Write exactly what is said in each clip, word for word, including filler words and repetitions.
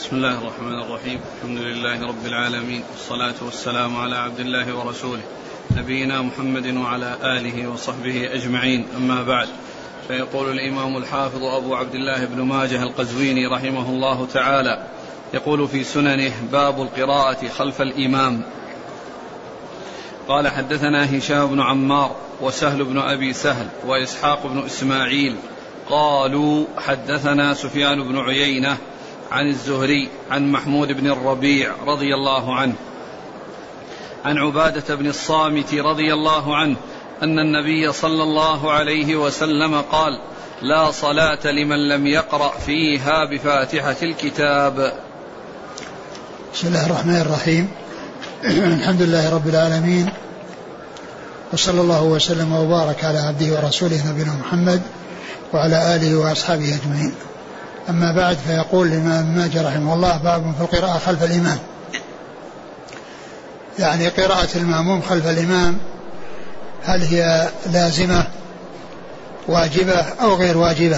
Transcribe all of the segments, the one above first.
بسم الله الرحمن الرحيم. الحمد لله رب العالمين، والصلاة والسلام على عبد الله ورسوله نبينا محمد وعلى آله وصحبه أجمعين، أما بعد. فيقول الإمام الحافظ أبو عبد الله بن ماجه القزويني رحمه الله تعالى، يقول في سننه: باب القراءة خلف الإمام. قال: حدثنا هشام بن عمار وسهل بن أبي سهل وإسحاق بن إسماعيل قالوا: حدثنا سفيان بن عيينة عن الزهري عن محمود بن الربيع رضي الله عنه عن عبادة بن الصامت رضي الله عنه أن النبي صلى الله عليه وسلم قال: لا صلاة لمن لم يقرأ فيها بفاتحة الكتاب. بسم الله الرحمن الرحيم. الحمد لله رب العالمين، وصلى الله وسلم وبارك على عبده ورسوله نبينا محمد وعلى آله وأصحابه أجمعين. أما بعد، فيقول الإمام ماجه رحمه الله: باب في القراءة خلف الإمام، يعني قراءة المأموم خلف الإمام، هل هي لازمة واجبة أو غير واجبة؟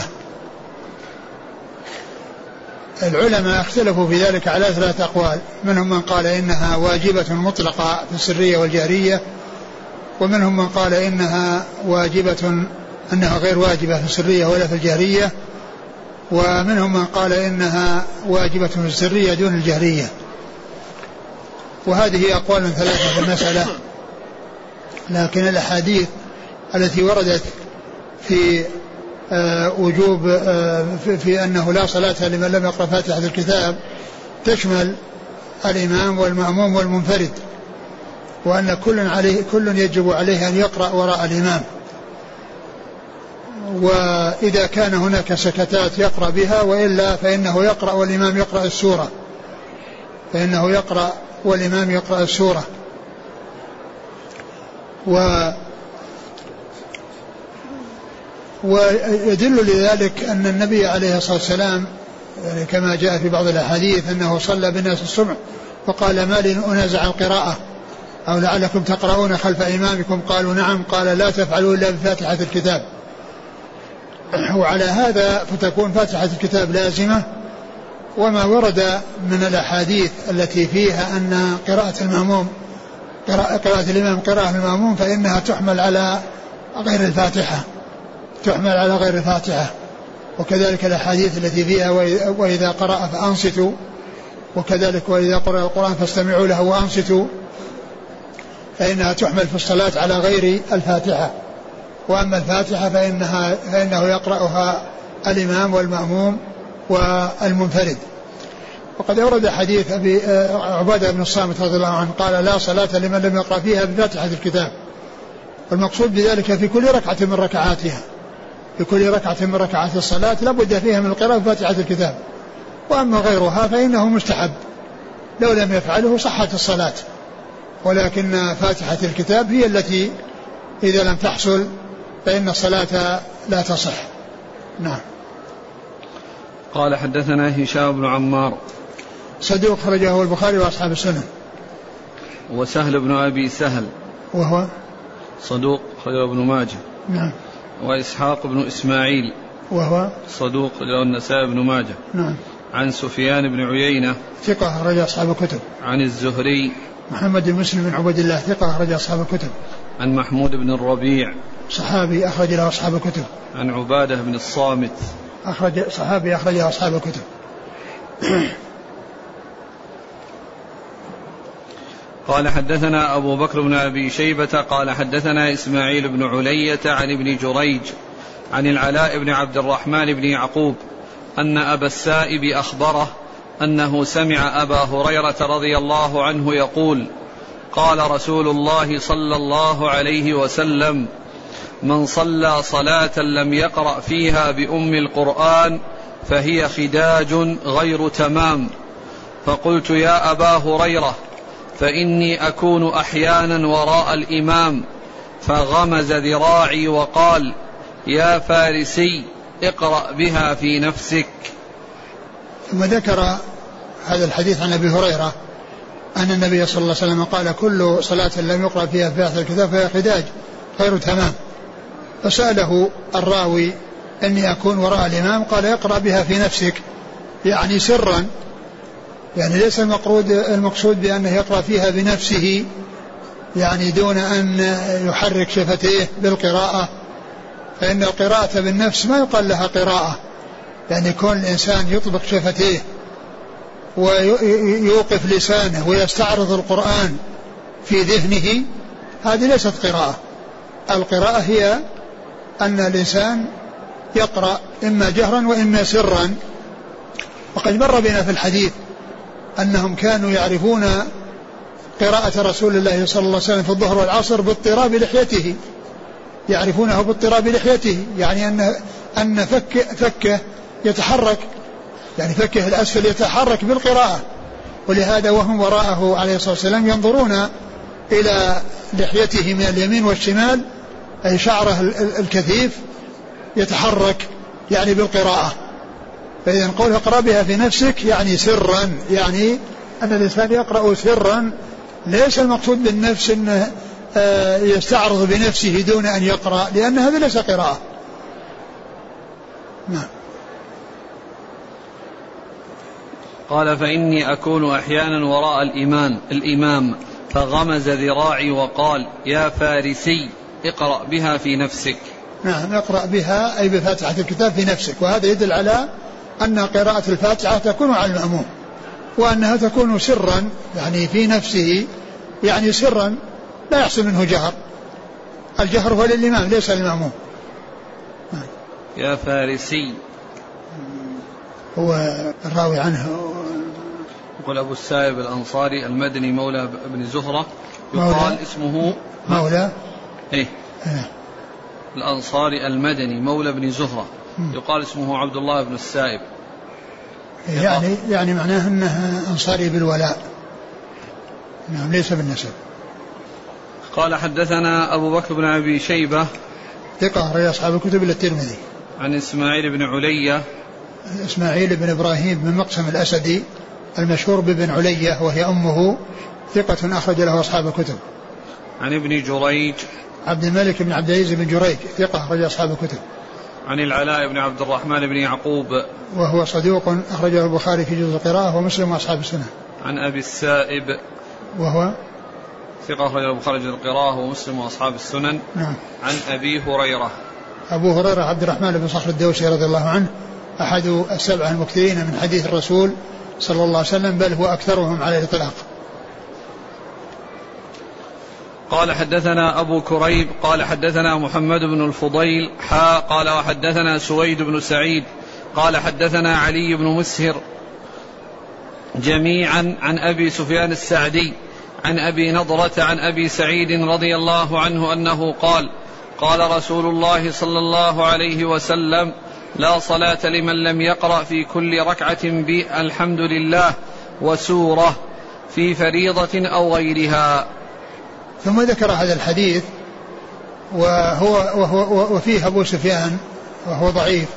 العلماء اختلفوا في ذلك على ثلاثة أقوال، منهم من قال إنها واجبة مطلقة في السرية والجهرية، ومنهم من قال إنها واجبة أنها غير واجبة في السرية ولا في الجهرية، ومنهم من قال إنها واجبة في السرية دون الجهرية. وهذه أقوال ثلاثة في المسألة، لكن الأحاديث التي وردت في آه وجوب آه في, في أنه لا صلاة لمن لم يقرأ فاتحة الكتاب تشمل الإمام والمأموم والمنفرد، وأن كل عليه كل يجب عليه أن يقرأ وراء الإمام، وإذا كان هناك سكتات يقرأ بها، وإلا فإنه يقرأ والإمام يقرأ السورة فإنه يقرأ والإمام يقرأ السورة. و ويدل لذلك أن النبي عليه الصلاة والسلام يعني كما جاء في بعض الأحاديث أنه صلى بالناس الصبح فقال: ما لي أنازع القراءة أو لعلكم تقرؤون خلف إمامكم؟ قالوا: نعم. قال: لا تفعلوا إلا بفاتحة الكتاب. وعلى هذا فتكون فاتحة الكتاب لازمة. وما ورد من الأحاديث التي فيها أن قراءة المأموم قراءة الإمام قراءة المأموم فإنها تحمل على غير الفاتحة تحمل على غير الفاتحة وكذلك الأحاديث التي فيها: وإذا قرأ فأنصتوا، وكذلك وإذا قرأ القرآن فاستمعوا له وأنصتوا، فإنها تحمل في الصلاة على غير الفاتحة. وأما الفاتحة فإنها فإنه يقرأها الإمام والمأموم والمنفرد. وقد أورد حديث أبي عبادة بن الصامت رضي الله عنه قال: لا صلاة لمن لم يقرأ فيها بفاتحة الكتاب. والمقصود بذلك في كل ركعة من ركعاتها في كل ركعة من ركعات الصلاة لابد فيها من القراءة بفاتحة الكتاب. وأما غيرها فإنه مستحب، لو لم يفعله صحت الصلاة، ولكن فاتحة الكتاب هي التي إذا لم تحصل فإن الصلاة لا تصح. نعم. قال: حدثنا هشام بن عمار صدوق خرجه البخاري وأصحاب السنن. وسهل بن أبي سهل وهو صدوق خرجه ابن ماجه. نعم. وإسحاق بن إسماعيل وهو صدوق خرجه النسائي بن ماجه. نعم. عن سفيان بن عيينة ثقة خرج أصحاب الكتب. عن الزهري محمد بن مسلم بن عبد الله ثقة خرج أصحاب الكتب. عن محمود بن الربيع صحابي أخرج له أصحاب الكتب. عن عبادة بن الصامت أخرج صحابي أخرج له أصحاب الكتب. قال: حدثنا أبو بكر بن أبي شيبة قال: حدثنا إسماعيل بن علية عن ابن جريج عن العلاء بن عبد الرحمن بن يعقوب أن أبا السائب أخبره أنه سمع أبا هريرة رضي الله عنه يقول: قال رسول الله صلى الله عليه وسلم: من صلى صلاة لم يقرأ فيها بأم القرآن فهي خداج غير تمام. فقلت: يا أبا هريرة، فإني أكون أحيانا وراء الإمام. فغمز ذراعي وقال: يا فارسي، اقرأ بها في نفسك. ثم ذكر هذا الحديث عن أبي هريرة أن النبي صلى الله عليه وسلم قال: كل صلاة لم يقرأ فيها فاتحة الكتاب فهي خداج غير تمام. فسأله الراوي: أني أكون وراء الإمام؟ قال: اقرأ بها في نفسك، يعني سرا، يعني ليس المقصود المقصود بأنه يقرأ فيها بنفسه يعني دون أن يحرك شفتيه بالقراءة، فإن القراءة بالنفس ما يقال لها قراءة، يعني كون الإنسان يطبق شفتيه ويوقف لسانه ويستعرض القرآن في ذهنه، هذه ليست قراءة. القراءة هي أن الإنسان يقرأ إما جهرا وإما سرا. وقد مر بنا في الحديث أنهم كانوا يعرفون قراءة رسول الله صلى الله عليه وسلم في الظهر والعصر باضطراب لحيته، يعرفونه باضطراب لحيته، يعني أن أن فك فكه يتحرك، يعني فكه الأسفل يتحرك بالقراءة، ولهذا وهم وراءه عليه الصلاة والسلام ينظرون إلى لحيته من اليمين والشمال، أي شعره الكثيف يتحرك يعني بالقراءة. فإذا قول اقرأ بها في نفسك يعني سرا، يعني أن الإنسان يقرأ سرا، ليس المقصود بالنفس أنه يستعرض بنفسه دون أن يقرأ، لأن هذا ليس قراءة. نعم. قال فإني أكون أحيانا وراء الإمام الإمام فغمز ذراعي وقال يا فارسي اقرأ بها في نفسك. نعم، اقرأ بها أي بفاتحة الكتاب في نفسك، وهذا يدل على أن قراءة الفاتحة تكون على المأموم، وأنها تكون سرا يعني في نفسه، يعني سرا لا يحصل منه جهر، الجهر هو للإمام ليس للمأموم. يا فارسي هو الراوي عنه يقول أبو السائب الأنصاري المدني مولى ابن زهرة، يقال مولى اسمه مولى إيه اه الأنصاري المدني مولى ابن زهرة، يقال اسمه عبد الله بن السائب، يعني يعني معناه أنه أنصاري بالولاء، نعم ليس بالنسب. قال حدثنا أبو بكر بن أبي شيبة ثقة رأي أصحاب الكتب إلا الترمذي. عن إسماعيل بن علية إسماعيل بن إبراهيم بن مقسم الأسدي المشهور بابن علية وهي أمه، ثقة أخرج له أصحاب الكتب. عن ابن جريج عبد الملك بن عبد العزيز بن جريج ثقة أخرج أصحاب الكتب. عن العلاء بن عبد الرحمن بن يعقوب وهو صدوق أخرجه البخاري في جزء القراءة ومسلم وأصحاب السنة. عن أبي السائب وهو ثقة أخرجه البخاري في القراءة ومسلم وأصحاب السنن. نعم. عن أبي هريرة أبو هريرة عبد الرحمن بن صخر الدوسي رضي الله عنه أحد السبعة المكثرين من حديث الرسول صلى الله عليه وسلم، بل هو أكثرهم على الإطلاق. قال حدثنا أبو كريب قال حدثنا محمد بن الفضيل حا قال وحدثنا سويد بن سعيد قال حدثنا علي بن مسهر جميعا عن أبي سفيان السعدي عن أبي نضرة عن أبي سعيد رضي الله عنه أنه قال قال رسول الله صلى الله عليه وسلم لا صلاة لمن لم يقرأ في كل ركعة بالحمد لله وسورة في فريضة أو غيرها. ثم ذكر هذا الحديث وهو وهو وفيه أبو سفيان وهو ضعيف،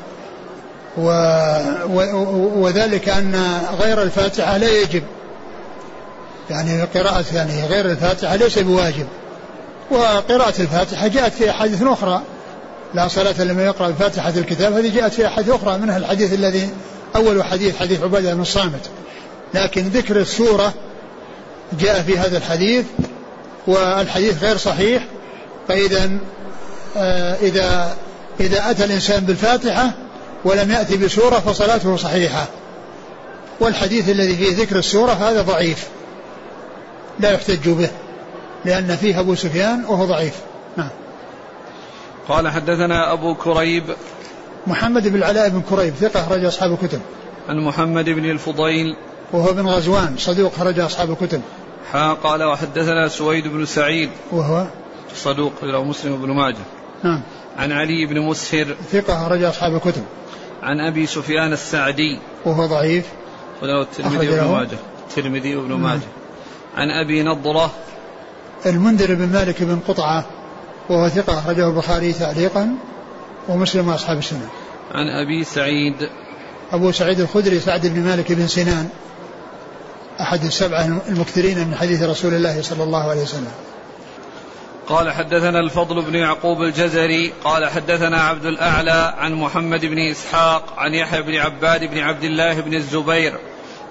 وذلك أن غير الفاتحة لا يجب، يعني قراءة يعني غير الفاتحة ليس بواجب، وقراءة الفاتحة جاءت في أحاديث أخرى لا صلاة لمن يقرأ بفاتحة الكتاب، هذه جاءت في أحاديث أخرى منها الحديث الذي أول حديث حديث عبادة بن الصامت، لكن ذكر السورة جاء في هذا الحديث والحديث غير صحيح. فإذا آه إذا إذا أتى الإنسان بالفاتحة ولم يأتي بسورة فصلاته صحيحة، والحديث الذي فيه ذكر السورة هذا ضعيف لا يحتج به لأن فيه أبو سفيان وهو ضعيف. نعم. قال حدثنا أبو كريب محمد بن العلاء بن كريب ثقة أخرج أصحاب الكتب. عن محمد بن الفضيل وهو بن غزوان صدوق أخرج أصحاب الكتب. حا قال وحدثنا سويد بن سعيد وهو صدوق له مسلم بن ماجه. نعم. عن علي بن مسهر ثقة أخرج أصحاب الكتب. عن أبي سفيان السعدي وهو ضعيف وله الترمذي وابن ماجه الترمذي وابن ماجه. عن أبي نضرة المنذر بن مالك بن قطعة وهو ثقة أخرجه البخاري تعليقا ومسلم وأصحاب السنة. عن أبي سعيد أبو سعيد الخدري سعد بن مالك بن سنان أحد السبعة المكثرين من حديث رسول الله صلى الله عليه وسلم. قال حدثنا الفضل بن يعقوب الجزري قال حدثنا عبد الأعلى عن محمد بن إسحاق عن يحيى بن عباد بن عبد الله بن الزبير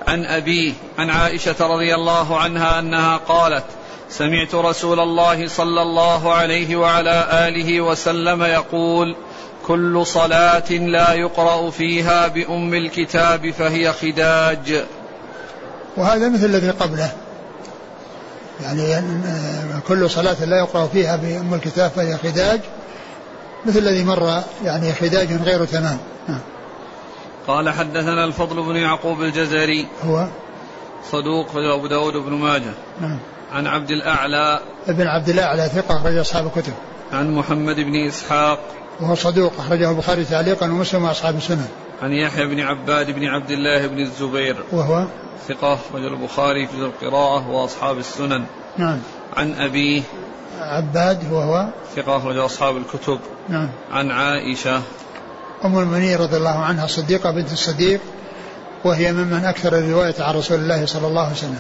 عن أبيه عن عائشة رضي الله عنها أنها قالت: سمعت رسول الله صلى الله عليه وعلى آله وسلم يقول: كل صلاة لا يقرأ فيها بأم الكتاب فهي خداج. وهذا مثل الذي قبله، يعني كل صلاة لا يقرأ فيها بأم الكتاب فهي خداج، مثل الذي مر، يعني خداج غير تمام. قال: حدثنا الفضل بن يعقوب الجزري هو صدوق رجل أبو داود بن ماجه. نعم. عن عبد الأعلى ابن عبد الأعلى ثقة أخرج أصحاب الكتب. عن محمد بن إسحاق وهو صدوق أخرجه البخاري تعليقا ومسلم وأصحاب السنن. عن يحيى بن عباد بن عبد الله بن الزبير وهو ثقة رجل البخاري في القراءة وأصحاب السنن. نعم. عن أبيه عباد وهو ثقة رجل أصحاب الكتب. نعم. عن عائشة أم المؤمنين رضي الله عنها الصديقة بنت الصديق، وهي ممن أكثر الرواية عن رسول الله صلى الله عليه وسلم.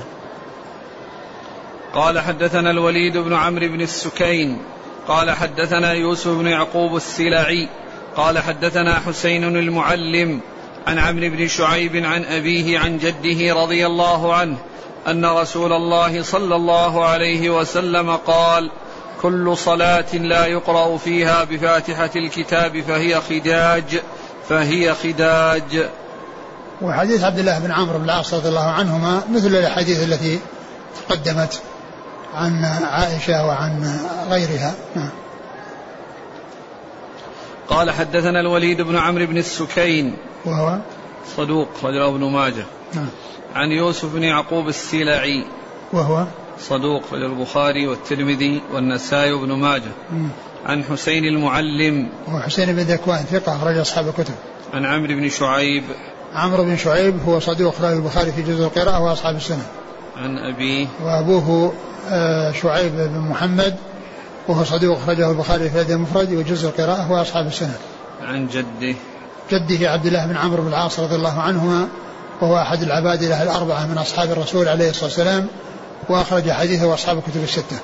قال: حدثنا الوليد بن عمرو بن السكين قال حدثنا يوسف بن يعقوب السلعي قال حدثنا حسين المعلم عن عمرو بن شعيب عن أبيه عن جده رضي الله عنه أن رسول الله صلى الله عليه وسلم قال: كل صلاة لا يقرأ فيها بفاتحة الكتاب فهي خداج فهي خداج. وحديث عبد الله بن عمرو بن العاص رضي الله عنهما مثل الأحاديث التي تقدمت عن عائشة وعن غيرها. قال: حدثنا الوليد بن عمرو بن السكين وهو صدوق رجله ابن ماجه. نعم. عن يوسف بن يعقوب السلعي وهو صدوق رجل البخاري والترمذي والنسائي وابن ماجه. م. عن حسين المعلم وهو حسين بن ذكوان ثقة أخرج أصحاب الكتب. عن عمرو بن شعيب عمرو بن شعيب هو صدوق أخرج البخاري في جزء القراءة وأصحاب السنة. عن أبيه وأبوه شعيب بن محمد وهو صدوق أخرجه البخاري في الأدب المفرد وجزء القراءة وأصحاب السنة. عن جده جده عبد الله بن عمرو بن العاص رضي الله عنهما، وهو أحد العبادلة الأربعة من أصحاب الرسول عليه الصلاة والسلام، وأخرج حديثه وأصحاب الكتب الستة.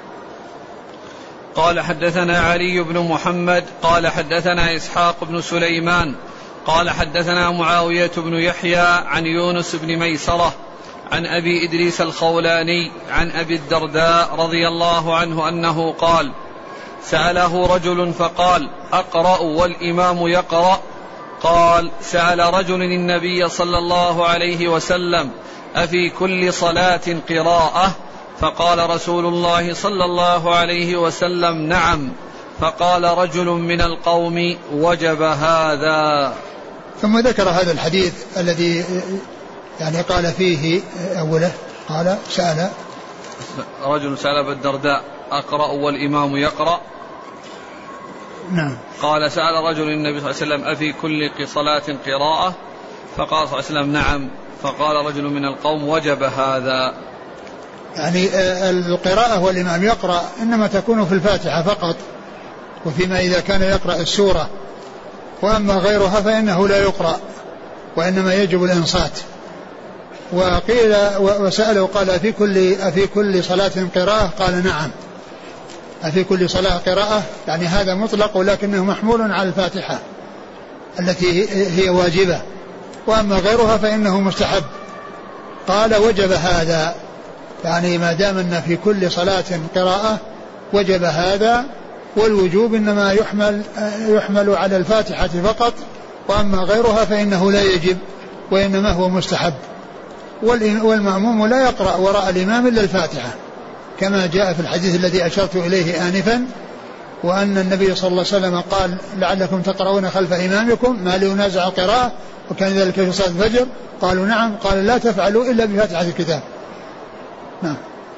قال: حدثنا علي بن محمد قال حدثنا إسحاق بن سليمان قال حدثنا معاوية بن يحيى عن يونس بن ميسرة عن أبي إدريس الخولاني عن أبي الدرداء رضي الله عنه أنه قال: سأله رجل فقال: أقرأ والإمام يقرأ؟ قال: سأل رجل النبي صلى الله عليه وسلم: أفي كل صلاة قراءة؟ فقال رسول الله صلى الله عليه وسلم: نعم. فقال رجل من القوم: وجب هذا. ثم ذكر هذا الحديث الذي يعني قال فيه أوله، قال: سأل رجل سأل أبا الدرداء: أقرأ والإمام يقرأ؟ نعم. قال: سأل رجل النبي صلى الله عليه وسلم: أفي كل صلاة قراءة؟ فقال صلى الله عليه وسلم: نعم. فقال رجل من القوم: وجب هذا. يعني القراءة والإمام يقرأ إنما تكون في الفاتحة فقط، وفيما إذا كان يقرأ السورة، وأما غيرها فإنه لا يقرأ وإنما يجب الإنصات. وقيل وسأله قال: أفي كل, أفي كل صلاة قراءة؟ قال: نعم. أفي كل صلاة قراءة يعني هذا مطلق، ولكنه محمول على الفاتحة التي هي واجبة، وأما غيرها فإنه مستحب. قال: وجب هذا، يعني ما دام أن في كل صلاة قراءة وجب هذا، والوجوب إنما يحمل, يحمل على الفاتحة فقط، وأما غيرها فإنه لا يجب وإنما هو مستحب. والمأموم لا يقرأ وراء الإمام إلا الفاتحة، كما جاء في الحديث الذي أشرت إليه آنفا، وأن النبي صلى الله عليه وسلم قال: لعلكم تقرؤون خلف إمامكم ما لينازع القراءة، وكان ذلك في صلاة الفجر. قالوا: نعم. قال: لا تفعلوا إلا بفاتحة الكتاب. نعم.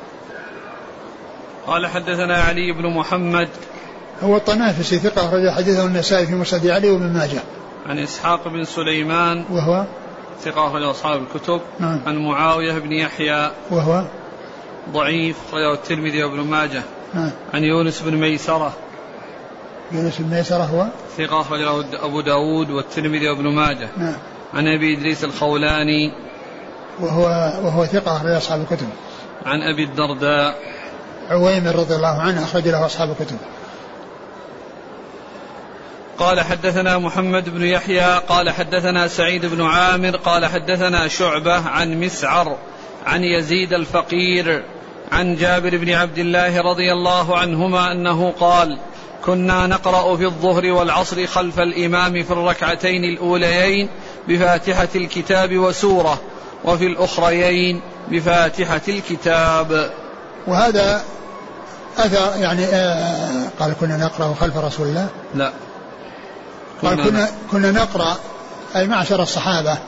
قال: حدثنا علي بن محمد هو الطنافسي ثقة أخرج حديثه النسائي في مسند علي وابن ماجه. عن إسحاق بن سليمان وهو ثقة أخرج أصحاب الكتب. نعم. عن معاوية بن يحيى وهو ضعيف أخرجه الترمذي وابن ماجه. نعم. عن يونس بن ميسرة يونس بن ميسرة هو ثقة أخرجه أبو داود والترمذي وابن ماجه. نعم. عن أبي إدريس الخولاني وهو وهو ثقة أخرج أصحاب الكتب. عن أبي الدرداء عويمر رضي الله عنه أخرج له أصحاب الكتب. قال حدثنا محمد بن يحيى قال حدثنا سعيد بن عامر قال حدثنا شعبة عن مسعر عن يزيد الفقير عن جابر بن عبد الله رضي الله عنهما أنه قال كنا نقرأ في الظهر والعصر خلف الإمام في الركعتين الأوليين بفاتحة الكتاب وسورة وفي الأخريين بفاتحة الكتاب. وهذا أثر يعني آه قال كنا نقرأ خلف رسول الله لا قال كنا, كنا نقرأ أي معشر الصحابة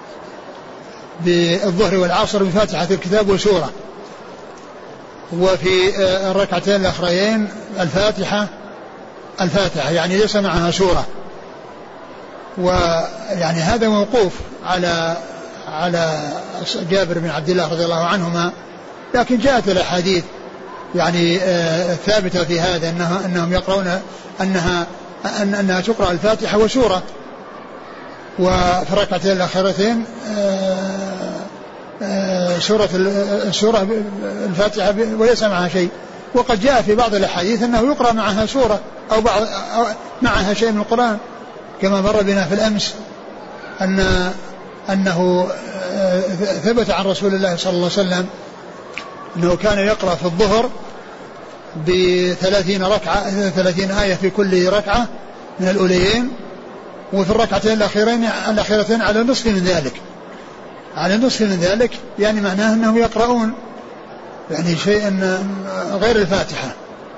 بالظهر والعصر بفاتحة الكتاب وسورة وفي آه الركعتين الأخريين الفاتحة الفاتحة يعني ليس معها سورة. ويعني هذا موقوف على على جابر بن عبد الله رضي الله عنهما لكن جاءت الأحاديث يعني آه ثابتة في هذا أنها أنهم يقرؤون أنها أن أنها تقرأ الفاتحة وسورة وفي الركعتين الأخيرتين آه آه سورة السورة الفاتحة وليس معها شيء. وقد جاء في بعض الأحاديث أنه يقرأ معها سورة أو, بعض أو معها شيء من القرآن كما مر بنا في الأمس أن أنه ثبت عن رسول الله صلى الله عليه وسلم أنه كان يقرأ في الظهر بثلاثين ركعة ثلاثين آية في كل ركعة من الأوليين وفي الركعتين الأخيرين الأخيرتين على نصف من ذلك على نصف من ذلك يعني معناه أنهم يقرؤون يعني شيء غير الفاتحة.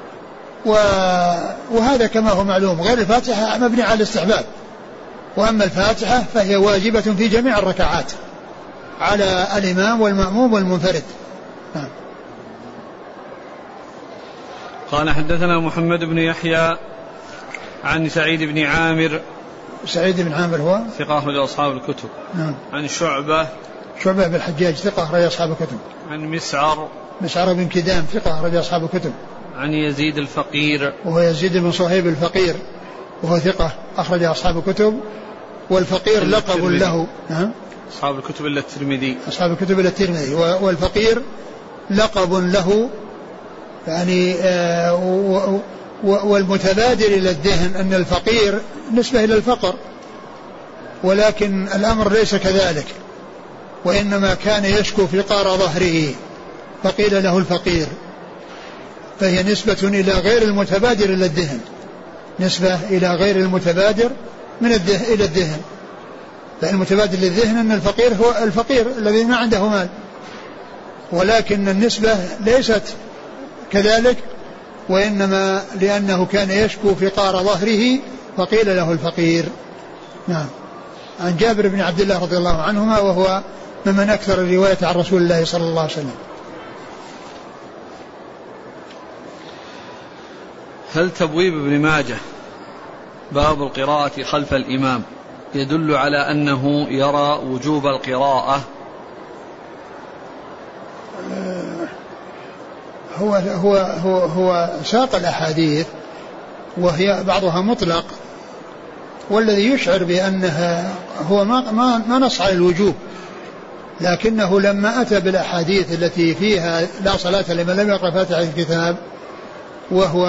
وهذا كما هو معلوم غير الفاتحة مبني على الاستحباب وأما الفاتحة فهي واجبة في جميع الركعات على الإمام والمأموم والمنفرد. نعم. قال حدثنا محمد بن يحيى عن سعيد بن عامر. سعيد بن عامر هو ثقة أخرج أصحاب الكتب. نعم. عن شعبة شعبة بن الحجاج ثقة أخرج أصحاب الكتب. عن مسعر مسعر بن كدام ثقة أخرج أصحاب الكتب. عن يزيد الفقير وهو يزيد بن صهيب الفقير وهو ثقة أخرج أصحاب الكتب. والفقير لقب له. نعم. أصحاب الكتب إلا الترمذي. أصحاب الكتب إلا الترمذي. والفقير لقب له يعني آه والمتبادر إلى الذهن أن الفقير نسبة إلى الفقر ولكن الأمر ليس كذلك وإنما كان يشكو فقار ظهره فقيل له الفقير فهي نسبة إلى غير المتبادر إلى الذهن نسبة إلى غير المتبادر من الذهن إلى الذهن. فالمتبادر للذهن أن الفقير هو الفقير الذي ما عنده مال ولكن النسبة ليست كذلك وإنما لأنه كان يشكو فقار ظهره فقيل له الفقير. نعم. عن جابر بن عبد الله رضي الله عنهما وهو ممن أكثر الرواية عن رسول الله صلى الله عليه وسلم. هل تبويب ابن ماجه باب القراءة خلف الإمام يدل على أنه يرى وجوب القراءة؟ هو هو هو هو ساق الأحاديث وهي بعضها مطلق والذي يشعر بأنها هو ما ما ما نص على الوجوب لكنه لما أتى بالأحاديث التي فيها لا صلاة لمن لم يقرأ فاتحة الكتاب وهو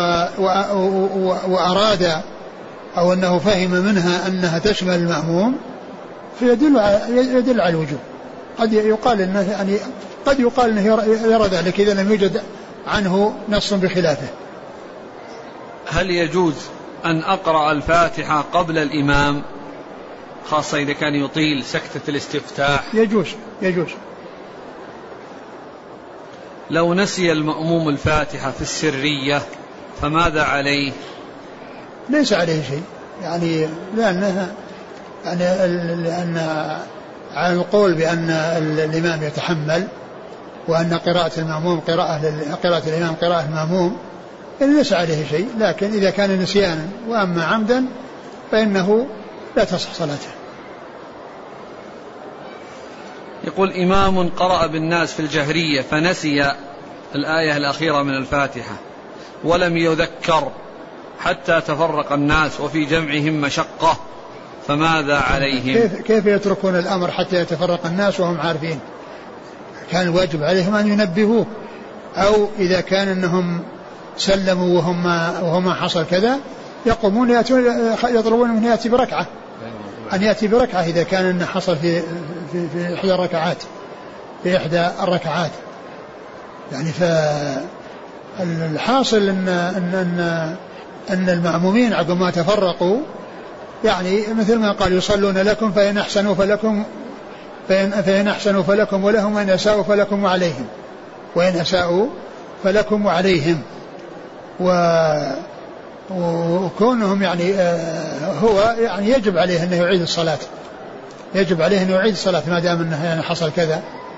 وأراد أو أنه فهم منها أنها تشمل المأموم فيدل على يدل على الوجوب. قد يقال إنه يعني قد يقال إنه يرى ذلك إذا لم يوجد عنه نص بخلافه. هل يجوز أن أقرأ الفاتحة قبل الإمام خاصة إذا كان يطيل سكتة الاستفتاح؟ يجوز يجوز. لو نسي المأموم الفاتحة في السرية فماذا عليه؟ ليس عليه شيء يعني لأنها يعني لأن على القول بأن الإمام يتحمل وأن قراءة المأموم قراءة قراءة الإمام قراءة المأموم ليس عليه شيء لكن إذا كان نسيانا وأما عمدا فإنه لا تصح صلاته. يقول إمام قرأ بالناس في الجهرية فنسي الآية الأخيرة من الفاتحة ولم يذكر حتى تفرق الناس وفي جمعهم مشقة فماذا عليهم؟ كيف, كيف يتركون الأمر حتى يتفرق الناس وهم عارفين؟ كان الواجب عليهم أن ينبهوه أو إذا كان أنهم سلموا وهم وهم حصل كذا يقومون يطلبون منه يأتي بركعة، أن يأتي بركعة إذا كان حصل في في في إحدى الركعات في إحدى الركعات يعني. فالحاصل أن أن أن أن المأمومين عقب ما تفرقوا يعني مثل ما قال يصلون لكم فإن أحسنوا فلكم فإن, فإن أحسنوا فلكم ولهم، وإن أساءوا فلكم وعليهم، وإن أساءوا فلكم وعليهم. وكونهم يعني هو يعني يجب عليه أنه يعيد الصلاة، يجب عليه أنه يعيد الصلاة ما دام أنه يعني حصل كذا.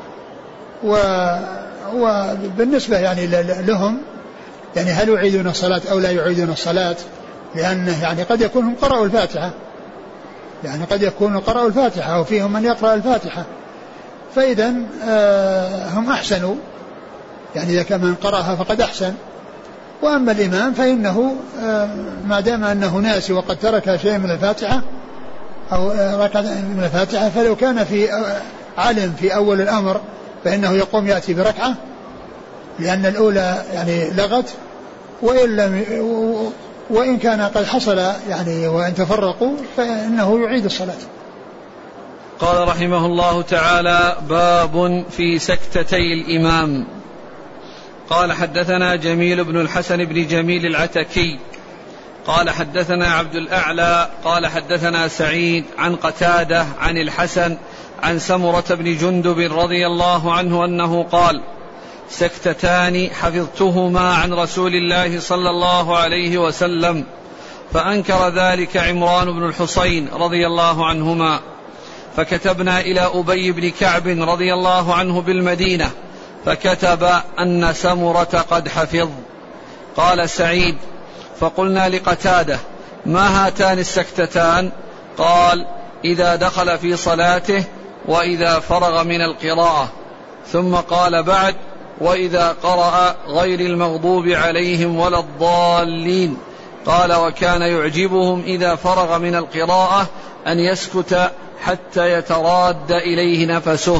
وبالنسبة يعني لهم يعني هل يعيدون الصلاة أو لا يعيدون الصلاة، لأنه يعني قد يكونهم قرأوا الفاتحة، يعني قد يكونوا قرأوا الفاتحة وفيهم من يقرأ الفاتحة، فإذا هم أحسنوا يعني إذا كان من قرأها فقد أحسن. وأما الإمام فإنه ما دام أنه ناسي وقد ترك شيء من الفاتحة أو ركعة من الفاتحة، فلو كان في علم في أول الأمر فإنه يقوم يأتي بركعة لأن الأولى يعني لغت، وإن لم وإن كان قد حصل يعني وإن تفرقوا فإنه يعيد الصلاة. قال رحمه الله تعالى: باب في سكتتي الإمام. قال حدثنا جميل بن الحسن بن جميل العتكي قال حدثنا عبد الأعلى قال حدثنا سعيد عن قتادة عن الحسن عن سمرة بن جندب رضي الله عنه أنه قال: سكتتان حفظتهما عن رسول الله صلى الله عليه وسلم، فأنكر ذلك عمران بن الحصين رضي الله عنهما، فكتبنا إلى أبي بن كعب رضي الله عنه بالمدينة فكتب أن سمرة قد حفظ. قال سعيد: فقلنا لقتادة: ما هاتان السكتتان؟ قال: إذا دخل في صلاته وإذا فرغ من القراءة. ثم قال بعد: وإذا قرأ غير المغضوب عليهم ولا الضالين. قال: وكان يعجبهم إذا فرغ من القراءة أن يسكت حتى يتراد إليه نفسه.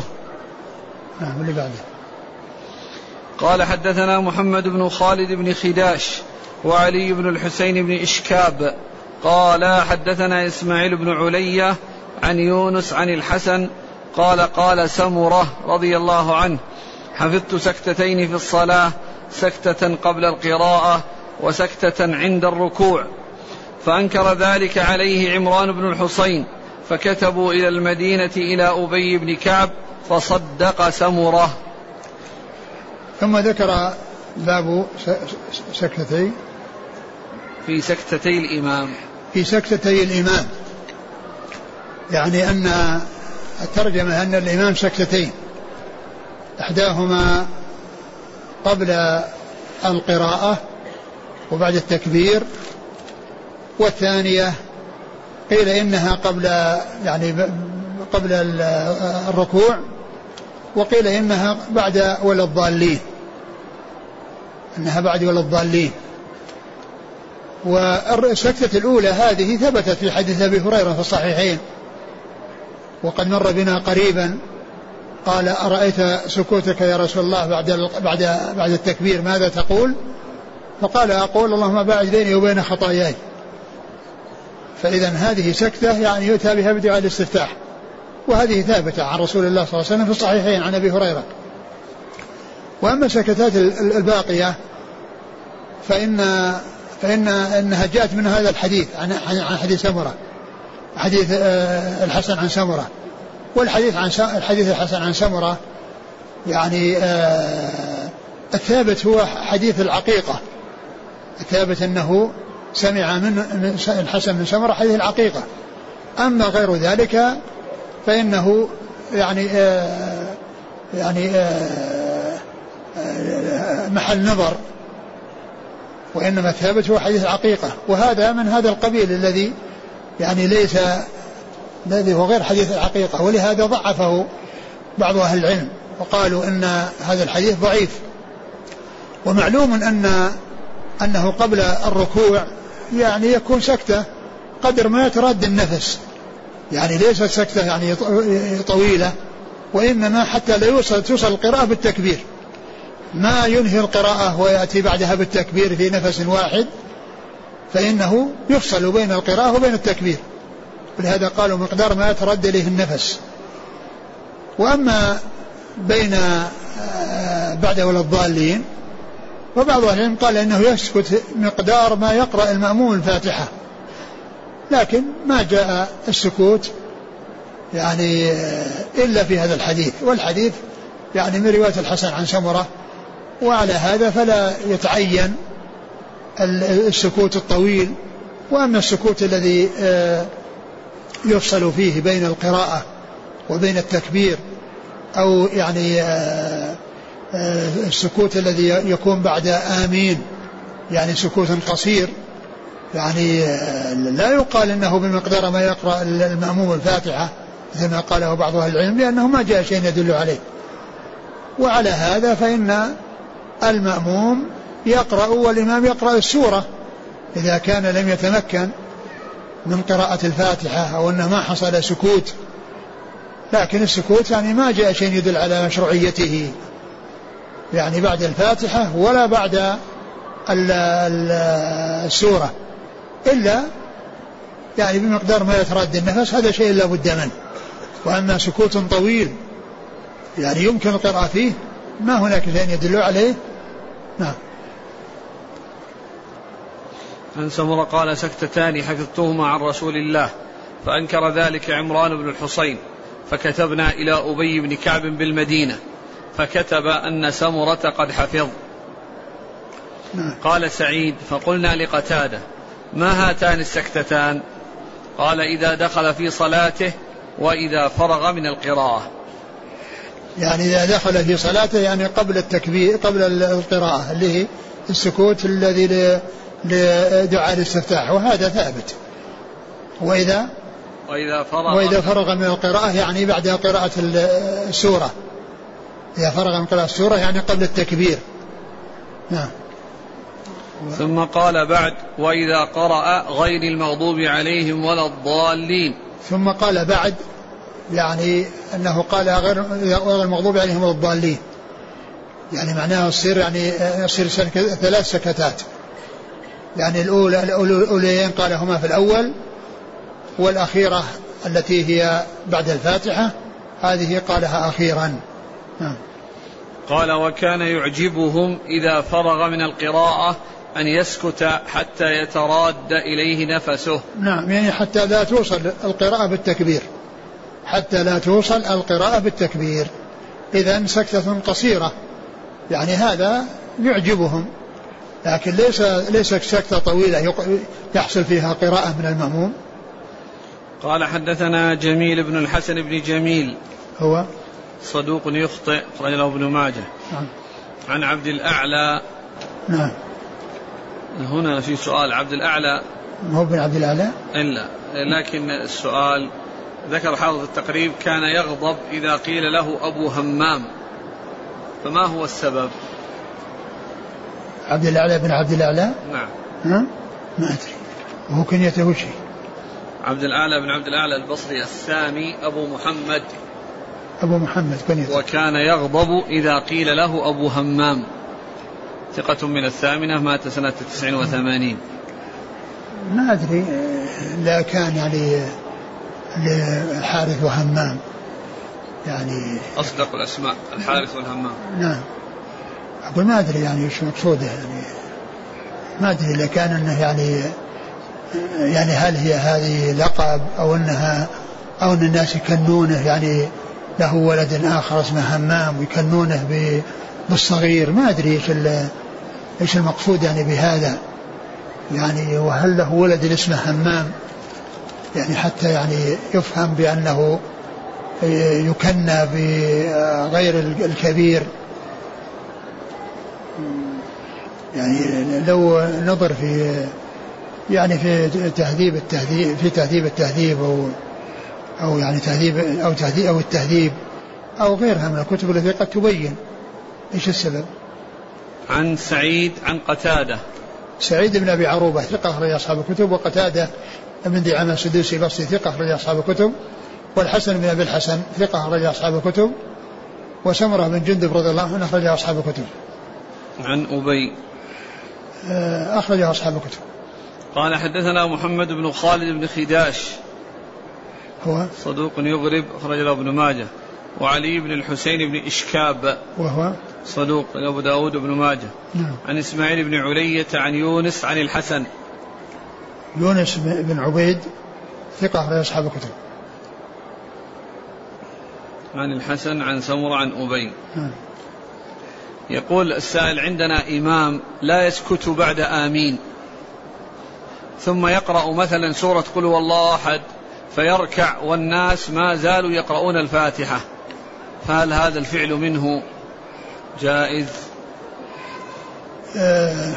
قال حدثنا محمد بن خالد بن خداش وعلي بن الحسين بن إشكاب قال حدثنا إسماعيل بن علية عن يونس عن الحسن قال: قال سمرة رضي الله عنه: حفظت سكتتين في الصلاة، سكتة قبل القراءة وسكتة عند الركوع. فأنكر ذلك عليه عمران بن الحصين، فكتبوا إلى المدينة إلى أبي بن كعب فصدق سمرة. ثم ذكر باب سكتتي في سكتتي الإمام في سكتتي الإمام يعني أن الترجمة أن الإمام سكتتين، إحداهما قبل القراءة وبعد التكبير، والثانية قيل إنها قبل يعني قبل الركوع، وقيل إنها بعد ولا الضالين، إنها بعد ولا الضالين. والسكتة الأولى هذه ثبتت في حديث أبي هريرة في الصحيحين وقد مر بنا قريبا، قال: أرأيت سكوتك يا رسول الله بعد بعد بعد التكبير ماذا تقول؟ فقال: أقول اللهم باعد بيني وبين خطاياي. فإذا هذه سكتة يعني يؤتى بها بدعاء الاستفتاح، وهذه ثابتة عن رسول الله صلى الله عليه وسلم في الصحيحين عن أبي هريرة. وأما السكتات الباقية فإن فإن إنها جاءت من هذا الحديث عن عن حديث سمرة، حديث الحسن عن سمرة. والحديث عن الحديث الحسن عن سمرة يعني الثابت هو حديث العقيقة، الثابت أنه سمع من الحسن من سمرة حديث العقيقة. أما غير ذلك فإنه يعني آه يعني آه آه محل نظر، وإنما الثابت هو حديث العقيقة، وهذا من هذا القبيل الذي يعني ليس الذي هو غير حديث العقيقة، ولهذا ضعفه بعض أهل العلم وقالوا إن هذا الحديث ضعيف. ومعلوم أن أنه قبل الركوع يعني يكون سكتة قدر ما يتراد النفس، يعني ليست سكتة يعني طويلة، وإنما حتى لا يوصل توصل القراءة بالتكبير، ما ينهي القراءة ويأتي بعدها بالتكبير في نفس واحد، فإنه يفصل بين القراءة وبين التكبير، ولهذا قالوا مقدار ما يتردد إليه النفس. وأما بين بعد ولا الضالين، وبعض أهل العلم قال إنه يسكت مقدار ما يقرأ المأموم الفاتحة، لكن ما جاء السكوت يعني إلا في هذا الحديث، والحديث يعني من رواية الحسن عن سمرة، وعلى هذا فلا يتعين السكوت الطويل. وأما السكوت الذي يفصل فيه بين القراءة وبين التكبير، أو يعني السكوت الذي يكون بعد آمين، يعني سكوت قصير، يعني لا يقال إنه بمقدار ما يقرأ المأموم الفاتحة مثل ما قاله بعض أهل العلم، لأنه ما جاء شيء يدل عليه. وعلى هذا فإن المأموم يقرأ والإمام يقرأ السورة إذا كان لم يتمكن من قراءة الفاتحة أو أنه ما حصل سكوت، لكن السكوت يعني ما جاء شيء يدل على مشروعيته يعني بعد الفاتحة ولا بعد السورة، إلا يعني بمقدار ما يتردد النفس، هذا شيء لا بد منه. وأما سكوت طويل يعني يمكن القراءة فيه ما هناك شيء يدل عليه. نعم. عن سمرة قال سكتتان حفظتهما عن رسول الله فأنكر ذلك عمران بن الحصين، فكتبنا إلى أبي بن كعب بالمدينة فكتب أن سمرة قد حفظ. نعم. قال سعيد فقلنا لقتادة ما هاتان السكتتان؟ قال إذا دخل في صلاته وإذا فرغ من القراءة. يعني إذا دخل في صلاته يعني قبل التكبير قبل القراءة اللي هي السكوت الذي لدعاء الاستفتاح، وهذا ثابت. وإذا وإذا فرغ, وإذا فرغ من القراءة يعني بعد قراءة السورة، إذا فرغ من قراءة السورة يعني قبل التكبير. نعم. ثم قال بعد وإذا قرأ غير المغضوب عليهم ولا الضالين. ثم قال بعد يعني أنه قال غير المغضوب عليهم ولا الضالين، يعني معناه يصير يعني يصير ثلاث سكتات، يعني الأولى الأوليين قالهما في الأول، والأخيرة التي هي بعد الفاتحة هذه قالها أخيرا. نعم. قال وكان يعجبهم إذا فرغ من القراءة أن يسكت حتى يتراد إليه نفسه. نعم، يعني حتى لا توصل القراءة بالتكبير، حتى لا توصل القراءة بالتكبير، إذن سكتة قصيرة يعني هذا يعجبهم، لكن ليس ليس سكتة طويلة يحصل فيها قراءة من المأموم. قال حدثنا جميل بن الحسن بن جميل هو صدوق يخطئ أخرج له ابن ماجه. نعم. عن عبد الأعلى. نعم. هنا في سؤال عبد الأعلى هو بن عبد الأعلى إلا، لكن السؤال ذكر حافظ التقريب كان يغضب إذا قيل له أبو همام، فما هو السبب؟ عبد الأعلى بن عبد الأعلى. نعم. ها؟ ما أدري، هو كنيته شيء. عبد الأعلى بن عبد الأعلى البصري السامي أبو محمد. أبو محمد كنيته. وكان يغضب إذا قيل له أبو همام، ثقة من الثامنة، مات سنة تسع وثمانين. ما أدري، لا كان يعني الحارث وهمام يعني أصدق الأسماء الحارث والهمام. نعم. أقول ما أدري يعني إيش مقصوده، يعني ما أدري إذا كان أنه يعني يعني هل هي هذه لقب أو أنها أو أن الناس يكنونه يعني له ولد آخر اسمه همام ويكنونه بالصغير، ما أدري إيش إيش المقصود يعني بهذا، يعني وهل له ولد اسمه همام يعني حتى يعني يفهم بأنه يكنى بغير الكبير. يعني لو نظر في يعني في تهذيب التهذيب في تهذيب التهذيب أو أو يعني تهذيب أو تهذيب أو التهذيب أو غيرها من الكتب التي قد تبين إيش السبب. عن سعيد عن قتادة. سعيد بن أبي عروبة ثقة أخرج أصحاب الكتب، وقتادة بن دعامة السدوسي البصري ثقة أخرج أصحاب الكتب، والحسن بن أبي الحسن ثقة أخرج أصحاب الكتب، وسمرة بن جندب رضي الله عنه أخرج أصحاب الكتب. عن أبي أخرج أصحاب الكتب. قال حدثنا محمد بن خالد بن خداش هو صدوق يغرب أخرج له ابن ماجه. وعلي بن الحسين بن إشكاب وهو صدوق أبو داود بن ماجه. نعم. عن إسماعيل بن علية عن يونس عن الحسن. يونس بن عبيد ثقة أخرج أصحاب الكتب. عن الحسن عن سمرة عن أبي. نعم. يقول السائل عندنا إمام لا يسكت بعد آمين ثم يقرأ مثلا سورة قل هو الله أحد فيركع والناس ما زالوا يقرؤون الفاتحة، فهل هذا الفعل منه جائز؟ آه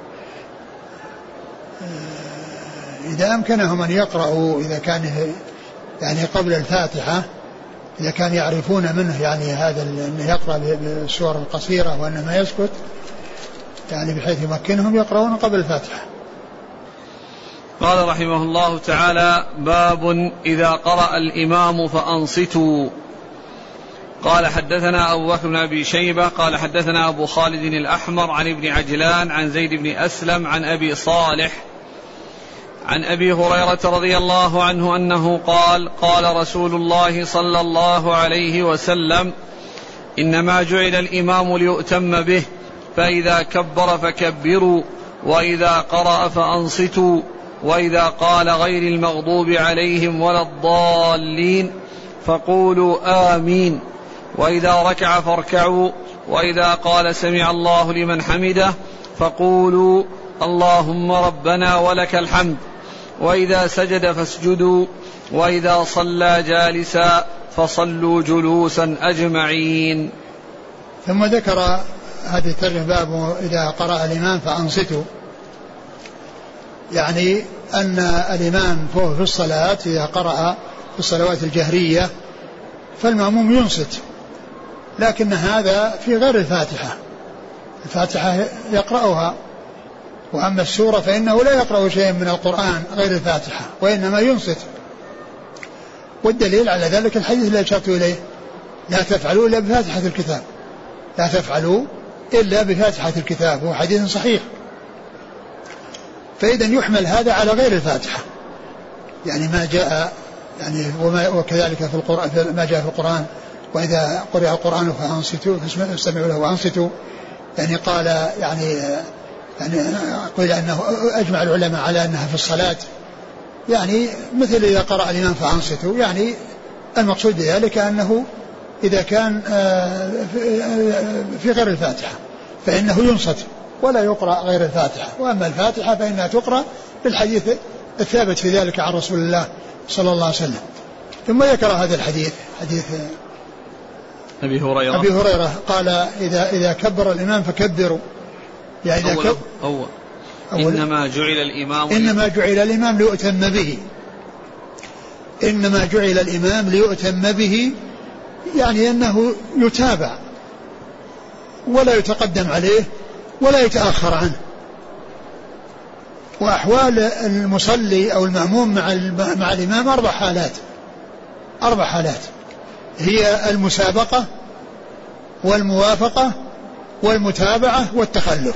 آه إذا أمكنهم أن يقرأوا إذا كان يعني قبل الفاتحة، إذا كان يعرفون منه يعني هذا أنه يقرأ بالسور القصيرة وأنه ما يسكت يعني بحيث يمكنهم يقرؤون قبل الفاتحة. قال رحمه الله تعالى: باب إذا قرأ الإمام فأنصتوا. قال حدثنا أبو بكر بن أبي شيبة قال حدثنا أبو خالد الأحمر عن ابن عجلان عن زيد بن أسلم عن أبي صالح عن أبي هريرة رضي الله عنه أنه قال: قال رسول الله صلى الله عليه وسلم: إنما جعل الإمام ليؤتم به، فإذا كبر فكبروا، وإذا قرأ فأنصتوا، وإذا قال غير المغضوب عليهم ولا الضالين فقولوا آمين، وإذا ركع فاركعوا، وإذا قال سمع الله لمن حمده فقولوا اللهم ربنا ولك الحمد، وإذا سجد فاسجدوا، وإذا صلى جالسا فصلوا جلوسا أجمعين. ثم ذكر هذه الترجمة باب إذا قرأ الإمام فأنصتوا، يعني أن الإمام فهو في الصلاة إذا قرأ في الصلوات الجهرية فالمأموم ينصت، لكن هذا في غير الفاتحة، الفاتحة يقرأها، وأما السورة فإنه لا يقرأ شيئا من القرآن غير الفاتحة وإنما ينصت. والدليل على ذلك الحديث الذي أشرت إليه: لا تفعلوا إلا بفاتحة الكتاب، لا تفعلوا إلا بفاتحة الكتاب، وهو حديث صحيح. فإذا يحمل هذا على غير الفاتحة، يعني ما جاء يعني وما وكذلك في القرآن ما جاء في القرآن: وإذا قرئ القرآن فأنصتوا فاستمعوا له وأنصتوا، يعني قال يعني يعني قيل أنه أجمع العلماء على أنها في الصلاة، يعني مثل إذا قرأ الإمام فأنصتوا، يعني المقصود بذلك أنه إذا كان في غير الفاتحة فإنه ينصت ولا يقرأ غير الفاتحة، وأما الفاتحة فإنها تقرأ بالحديث الثابت في ذلك عن رسول الله صلى الله عليه وسلم. ثم ذكر هذا الحديث حديث أبي هريرة أبي هريرة قال: إذا إذا كبر الإمام فكبروا، يعني إذا أول أول أول إنما جعل الإمام إنما جعل الإمام ليؤتم به، إنما جعل الإمام ليؤتم به، يعني أنه يتابع ولا يتقدم عليه ولا يتأخر عنه. وأحوال المصلي أو المأموم مع مع الإمام أربع حالات أربع حالات هي المسابقة والموافقة والمتابعة والتخلف.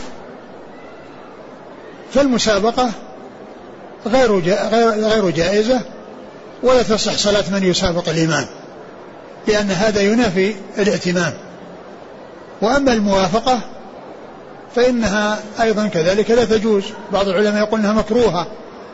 فالمسابقة غير غير جائزة ولا تصح صلاة من يسابق الإمام، لأن هذا ينافي الائتمام. وأما الموافقة فإنها أيضا كذلك لا تجوز، بعض العلماء يقول أنها مكروهة.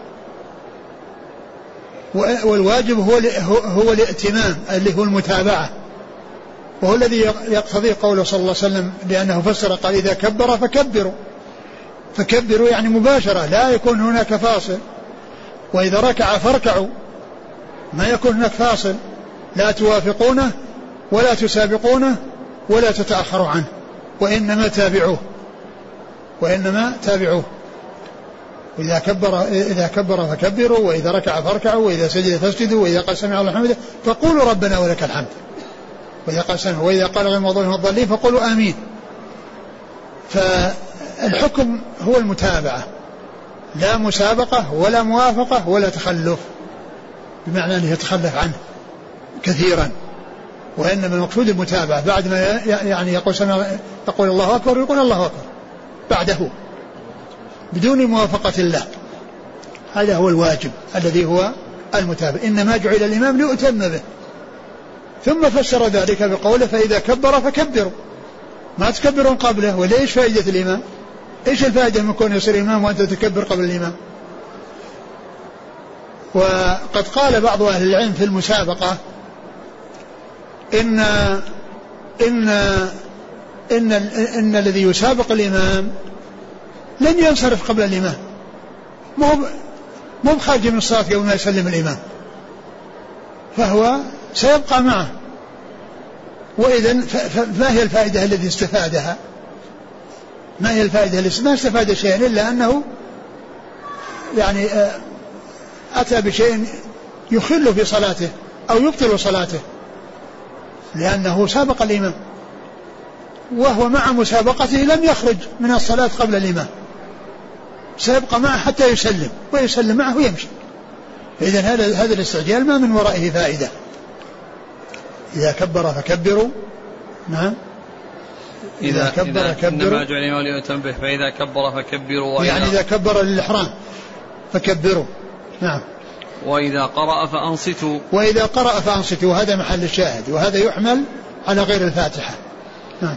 والواجب هو هو الائتمام اللي هو المتابعة، وهو الذي يقتضي قوله صلى الله عليه وسلم، لأنه فسر قال: إذا كبر فكبروا، فكبروا يعني مباشرة، لا يكون هناك فاصل. وإذا ركع فاركعوا، ما يكون هناك فاصل، لا توافقونه ولا تسابقونه ولا تتأخروا عنه، وإنما تابعوه وإنما تابعوه. وإذا كبر إذا كبر فكبروا، وإذا ركع فاركعوا، وإذا سجد فاسجدوا، وإذا قال سمع الله حمده فقولوا ربنا ولك الحمد، وإذا قال سمع، وإذا قال غير المغضوب عليهم ولا الضالين فقولوا آمين. فالحكم هو المتابعة، لا مسابقة ولا موافقة ولا تخلف، بمعنى أنه يتخلف عنه كثيرا، وإنما المقصود المتابعة. بعد ما يعني يقول سمع يقول الله أكبر، يقول الله أكبر بعده بدون موافقة الله. هذا هو الواجب الذي هو المتابع، إنما جعل الإمام ليؤتم به. ثم فسر ذلك بقوله فإذا كبر فكبروا، ما تكبرون قبله. وليش فائدة الإمام؟ إيش الفائدة من كون يصير إمام وأنت تكبر قبل الإمام؟ وقد قال بعض أهل العلم في المسابقة إن إن إن, إن الذي يسابق الإمام لن ينصرف قبل الإمام، مو مو خارج من الصلاة قبل ما يسلم الإمام، فهو سيبقى معه. وإذن ما هي الفائدة التي استفادها؟ ما هي الفائدة التي ما استفاد شيئا إلا أنه يعني أتى بشيء يخل في صلاته أو يبطل صلاته، لأنه سابق الإمام، وهو مع مسابقته لم يخرج من الصلاة قبل الإمام، سيبقى معه حتى يسلم ويسلم معه ويمشي. إذن هذا هذا الاستعجال ما من ورائه فائدة. إذا كبر فكبروا. نعم. إذا, إذا كبر إذا كبروا، إنما جعل الإمام ليؤتم به، فإذا كبر فكبروا. يعني إذا كبر للإحرام فكبروا. نعم. وإذا قرأ فأنصتوا. وإذا قرأ فأنصتوا، هذا محل الشاهد، وهذا يحمل على غير الفاتحة. نعم.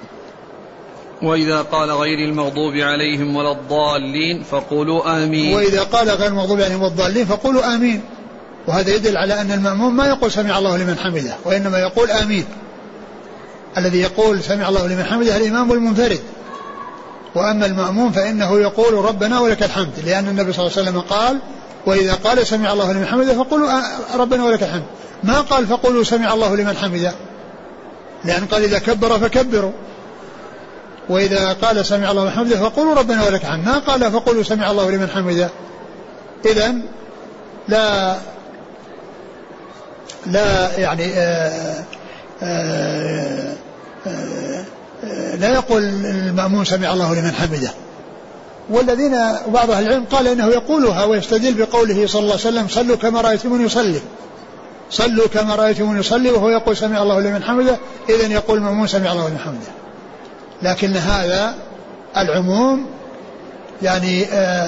وإذا قال غير المغضوب عليهم ولا الضالين فقولوا آمين. وإذا قال غير المغضوب عليهم ولا الضالين فقولوا آمين. وهذا يدل على أن المأموم ما يقول سمع الله لمن حمده، وإنما يقول آمين. الذي يقول سمع الله لمن حمده الإمام والمنفرد، وأما المأموم فإنه يقول ربنا ولك الحمد، لأن النبي صلى الله عليه وسلم قال وإذا قال سمع الله لمن حمده فقولوا ربنا ولك الحمد، ما قال فقولوا سمع الله لمن حمده، لأن قال إذا كبر فكبروا، وإذا قال سمع الله لمن حمده فقولوا ربنا ولك الحمد، ما قال فقولوا سمع الله لمن حمده. إذن لا لا يعني آآ آآ آآ لا يقول المأمون سمع الله لمن حمده. والذين بعض أهل العلم قال إنه يقولها ويستدل بقوله صلى الله عليه وسلم صلوا كما رأيتموني يصلي، صلوا كما رأيتموني يصلي، وهو يقول سمع الله لمن حمده، إذن يقول المأمون سمع الله لمن حمده. لكن هذا العموم يعني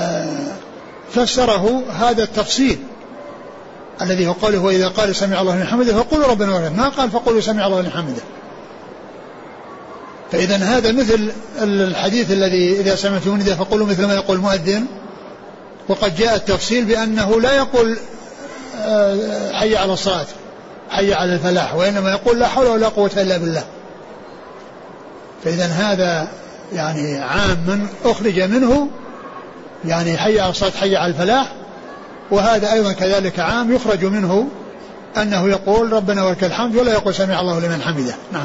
فسره هذا التفصيل الذي هو قوله وإذا قال سمع الله لمن حمده فقولوا ربنا ولك، ما قال فقولوا سمع الله لمن حمده. فإذا هذا مثل الحديث الذي إذا سمعتم نداء فقولوا مثل ما يقول المؤذن، وقد جاء التفصيل بأنه لا يقول حي على الصلاة حي على الفلاح، وإنما يقول لا حول ولا قوة إلا بالله. فإذا هذا يعني عام من أخرج منه، يعني حي على الصلاة حي على الفلاح، وهذا أيضا كذلك عام يخرج منه أنه يقول ربنا ولك الحمد ولا يقول سمع الله لمن حمده. نعم.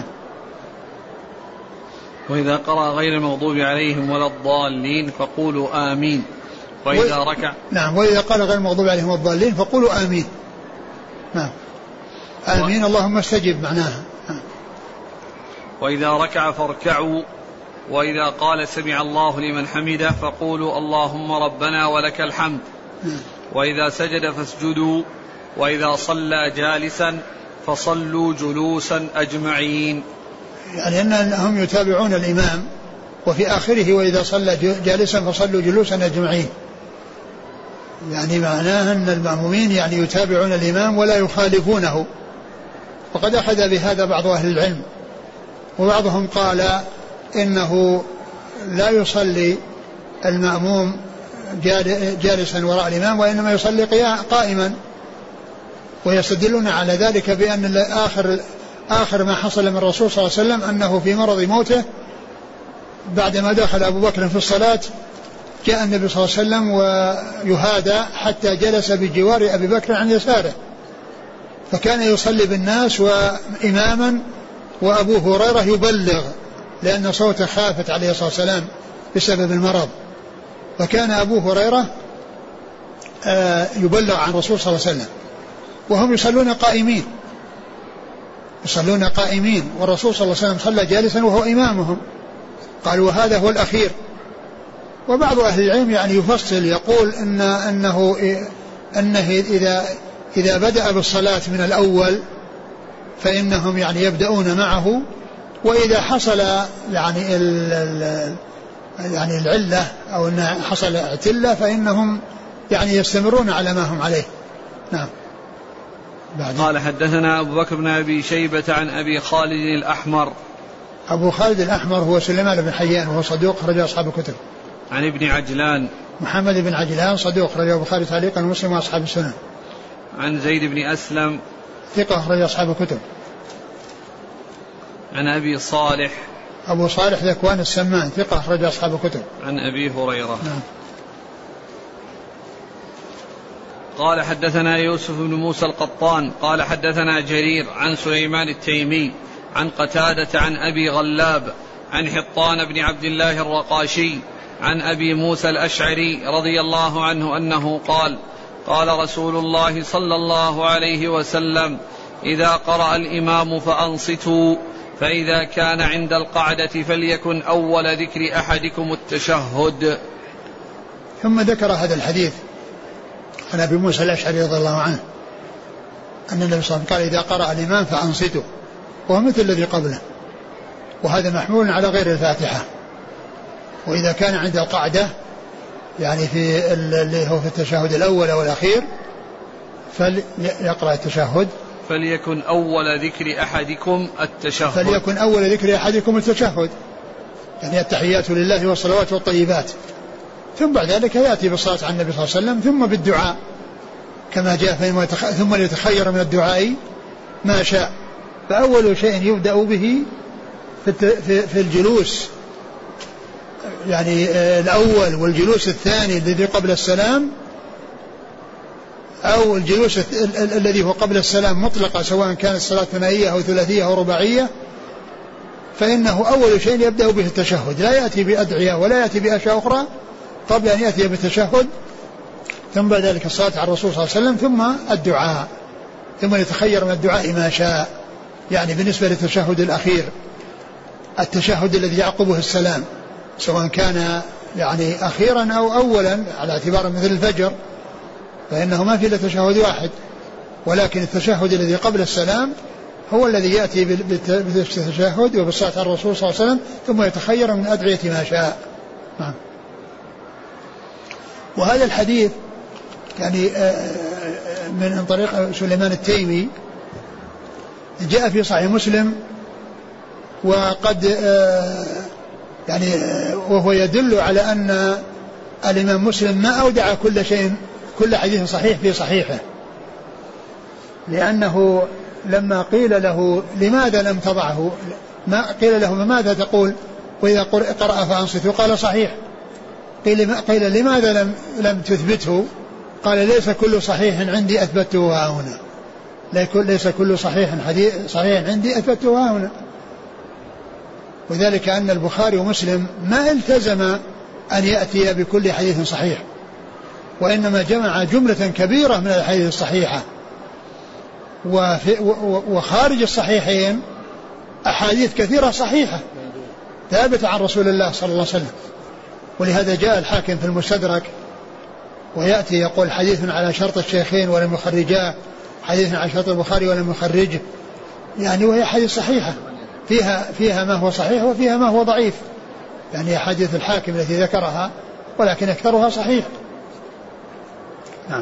وإذا قرأ غير المغضوب عليهم ولا الضالين فقولوا آمين. وإذا ركع. نعم. وإذا قال غير المغضوب عليهم ولا الضالين فقولوا آمين. نعم. آمين و... اللهم استجب معناها. نعم. وإذا ركع فاركعوا. وإذا قال سمع الله لمن حمده فقولوا اللهم ربنا ولك الحمد. نعم. وإذا سجد فاسجدوا. وإذا صلى جالسا فصلوا جلوسا أجمعين. يعني أنهم يتابعون الإمام، وفي آخره وإذا صلى جالسا فصلوا جلوسا أجمعين، يعني معناه أن المأمومين يعني يتابعون الإمام ولا يخالفونه. وقد أخذ بهذا بعض أهل العلم، وبعضهم قال إنه لا يصلي المأموم جالسا وراء الإمام، وإنما يصلي قائما، ويستدلون على ذلك بأن آخر آخر ما حصل من الرسول صلى الله عليه وسلم أنه في مرض موته بعدما دخل أبو بكر في الصلاة جاء النبي صلى الله عليه وسلم ويهادى حتى جلس بجوار أبي بكر عن يساره، فكان يصلي بالناس وإماما وأبو هريرة يبلغ لأن صوته خافت عليه الصلاة والسلام بسبب المرض، فكان أبو هريرة يبلغ عن الرسول صلى الله عليه وسلم وهم يصلون قائمين يصلون قائمين والرسول صلى الله عليه وسلم صلى جالسا وهو إمامهم. قالوا وهذا هو الأخير. وبعض أهل العلم يعني يفصل يقول إن أنه أنه إذا إذا بدأ بالصلاة من الأول فإنهم يعني يبدأون معه، وإذا حصل يعني ال يعني العلة أو أن حصل اعتلة فإنهم يعني يستمرون على ما هم عليه. نعم. قال حدثنا أبو بكر بن أبي شيبة عن أبي خالد الأحمر. أبو خالد الأحمر هو سليمان بن حيان وهو صدوق أخرج أصحاب الكتب. عن ابن عجلان محمد بن عجلان صدوق أخرج البخاري تعليقا ومسلم وأصحاب السنن. عن زيد بن أسلم ثقة أخرج أصحاب الكتب. عن أبي صالح أبو صالح ذكوان السمان ثقة أخرج أصحاب الكتب. عن أبي هريرة. نعم. قال حدثنا يوسف بن موسى القطان قال حدثنا جرير عن سليمان التيمي عن قتادة عن أبي غلاب عن حطان بن عبد الله الرقاشي عن أبي موسى الأشعري رضي الله عنه أنه قال قال رسول الله صلى الله عليه وسلم إذا قرأ الإمام فأنصتوا فإذا كان عند القعدة فليكن أول ذكر أحدكم التشهد. ثم ذكر هذا الحديث عن أبي موسى الأشعري رضي الله عنه أن النبي صلى الله عليه وسلم قال إذا قرأ الإمام فأنصتوا وهو مثل الذي قبله وهذا محمول على غير الفاتحة. وإذا كان عند القعدة يعني في اللي هو في التشهد الأول والأخير فليقرأ التشهد فليكن أول ذكر أحدكم التشهد فليكن أول ذكر أحدكم التشهد يعني التحيات لله والصلوات والطيبات ثم بعد ذلك يأتي بالصلاة على النبي صلى الله عليه وسلم ثم بالدعاء كما جاء ثم ليتخير من الدعاء ما شاء. فأول شيء يبدأ به في الجلوس يعني الأول والجلوس الثاني الذي قبل السلام أو الجلوس الذي هو قبل السلام مطلقة سواء كانت الصلاة ثنائية أو ثلاثية أو رباعية فإنه أول شيء يبدأ به التشهد لا يأتي بأدعية ولا يأتي بأشياء أخرى قبل أن يأتي بالتشهد ثم بعد ذلك الصلاة على الرسول صلى الله عليه وسلم ثم الدعاء ثم يتخير من الدعاء ما شاء. يعني بالنسبة للتشهد الأخير التشهد الذي يعقبه السلام سواء كان يعني أخيرا أو أولا على اعتبار مثل الفجر فإنه ما في إلا تشهد واحد ولكن التشهد الذي قبل السلام هو الذي يأتي بالتشهد وبالصلاة على الرسول صلى الله عليه وسلم ثم يتخير من أدعية ما شاء. نعم. وهذا الحديث يعني من طريق سليمان التيمي جاء في صحيح مسلم وقد يعني وهو يدل على أن الإمام مسلم ما أودع كل شيء كل حديث صحيح في صحيحه لأنه لما قيل له لماذا لم تضعه ما قيل له ماذا تقول وإذا قرأ فأنصتوا قال صحيح قيل, قيل لماذا لم, لم تثبته قال ليس كل صحيح عندي أثبته ها هنا ليس كل صحيح حديث صحيح عندي أثبته ها هنا. وذلك أن البخاري ومسلم ما التزم أن يأتي بكل حديث صحيح وإنما جمع جملة كبيرة من الحديث الصحيحة وخارج الصحيحين أحاديث كثيرة صحيحة ثابتة عن رسول الله صلى الله عليه وسلم. ولهذا جاء الحاكم في المستدرك ويأتي يقول حديث على شرط الشيخين ولم يخرجاه حديث على شرط البخاري ولم يخرجه يعني وهي حديث صحيحة فيها, فيها ما هو صحيح وفيها ما هو ضعيف يعني حديث الحاكم التي ذكرها ولكن أكثرها صحيح. نعم.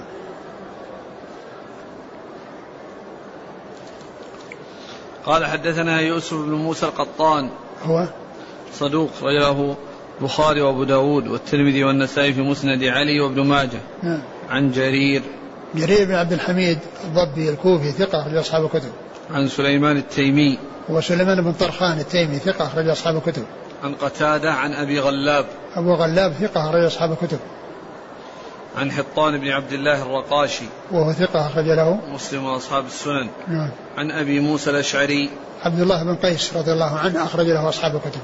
قال حدثنا يوسف بن موسى القطان هو صدوق رجله البخاري وابو داود والترمذي والنسائي في مسند علي وابن ماجه. نعم. عن جرير جرير بن عبد الحميد الضبي الكوفي ثقة أخرج أصحاب الكتب. عن سليمان التيمي وسليمان بن طرخان التيمي ثقة أخرج أصحاب الكتب. عن قتادة عن أبي غلاب أبو غلاب ثقة أخرج أصحاب الكتب. عن حطان بن عبد الله الرقاشي وهو ثقة أخرج له مسلم وأصحاب السنن. نعم. عن أبي موسى الأشعري عبد الله بن قيس رضي الله عنه أخرج له أصحاب الكتب.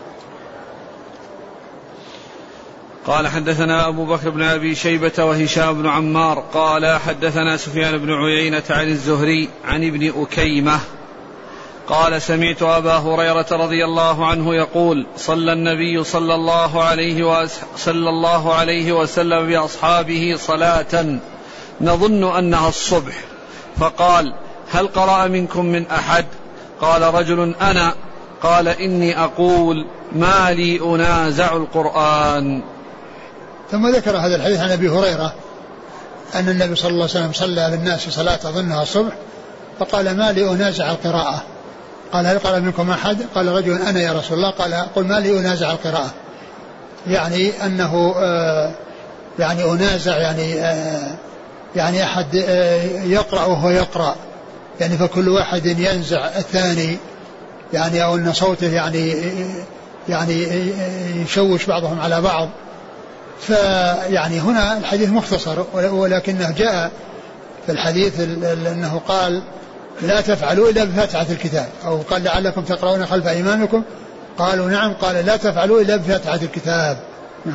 قال حدثنا أبو بكر بن أبي شيبة وهشام بن عمار قال حدثنا سفيان بن عيينة عن الزهري عن ابن أكيمة قال سمعت أبا هريرة رضي الله عنه يقول صلى النبي صلى الله عليه صلى الله عليه وسلم بأصحابه صلاة نظن أنها الصبح فقال هل قرأ منكم من أحد قال رجل أنا قال إني أقول ما لي أنازع القرآن. ثم ذكر هذا الحديث عن أبي هريرة أن النبي صلى الله عليه وسلم صلى بالناس صلاة أظنها الصبح فقال ما لي أنازع القراءة. قال هل قال منكم أحد؟ قال رجل أنا يا رسول الله. قال قل ما لي أنازع القراءة، يعني أنه آه يعني أنازع يعني آه يعني أحد آه يقرأ وهو يقرأ، يعني فكل واحد ينزع الثاني، يعني أو أن صوته يعني يعني يشوش بعضهم على بعض. فيعني هنا الحديث مختصر، ولكنه جاء في الحديث أنه قال لا تفعلوا إلا بفاتحة الكتاب، أو قال لعلكم تقرؤون خلف إمامكم، قالوا نعم، قال لا تفعلوا إلا بفاتحة الكتاب. نعم.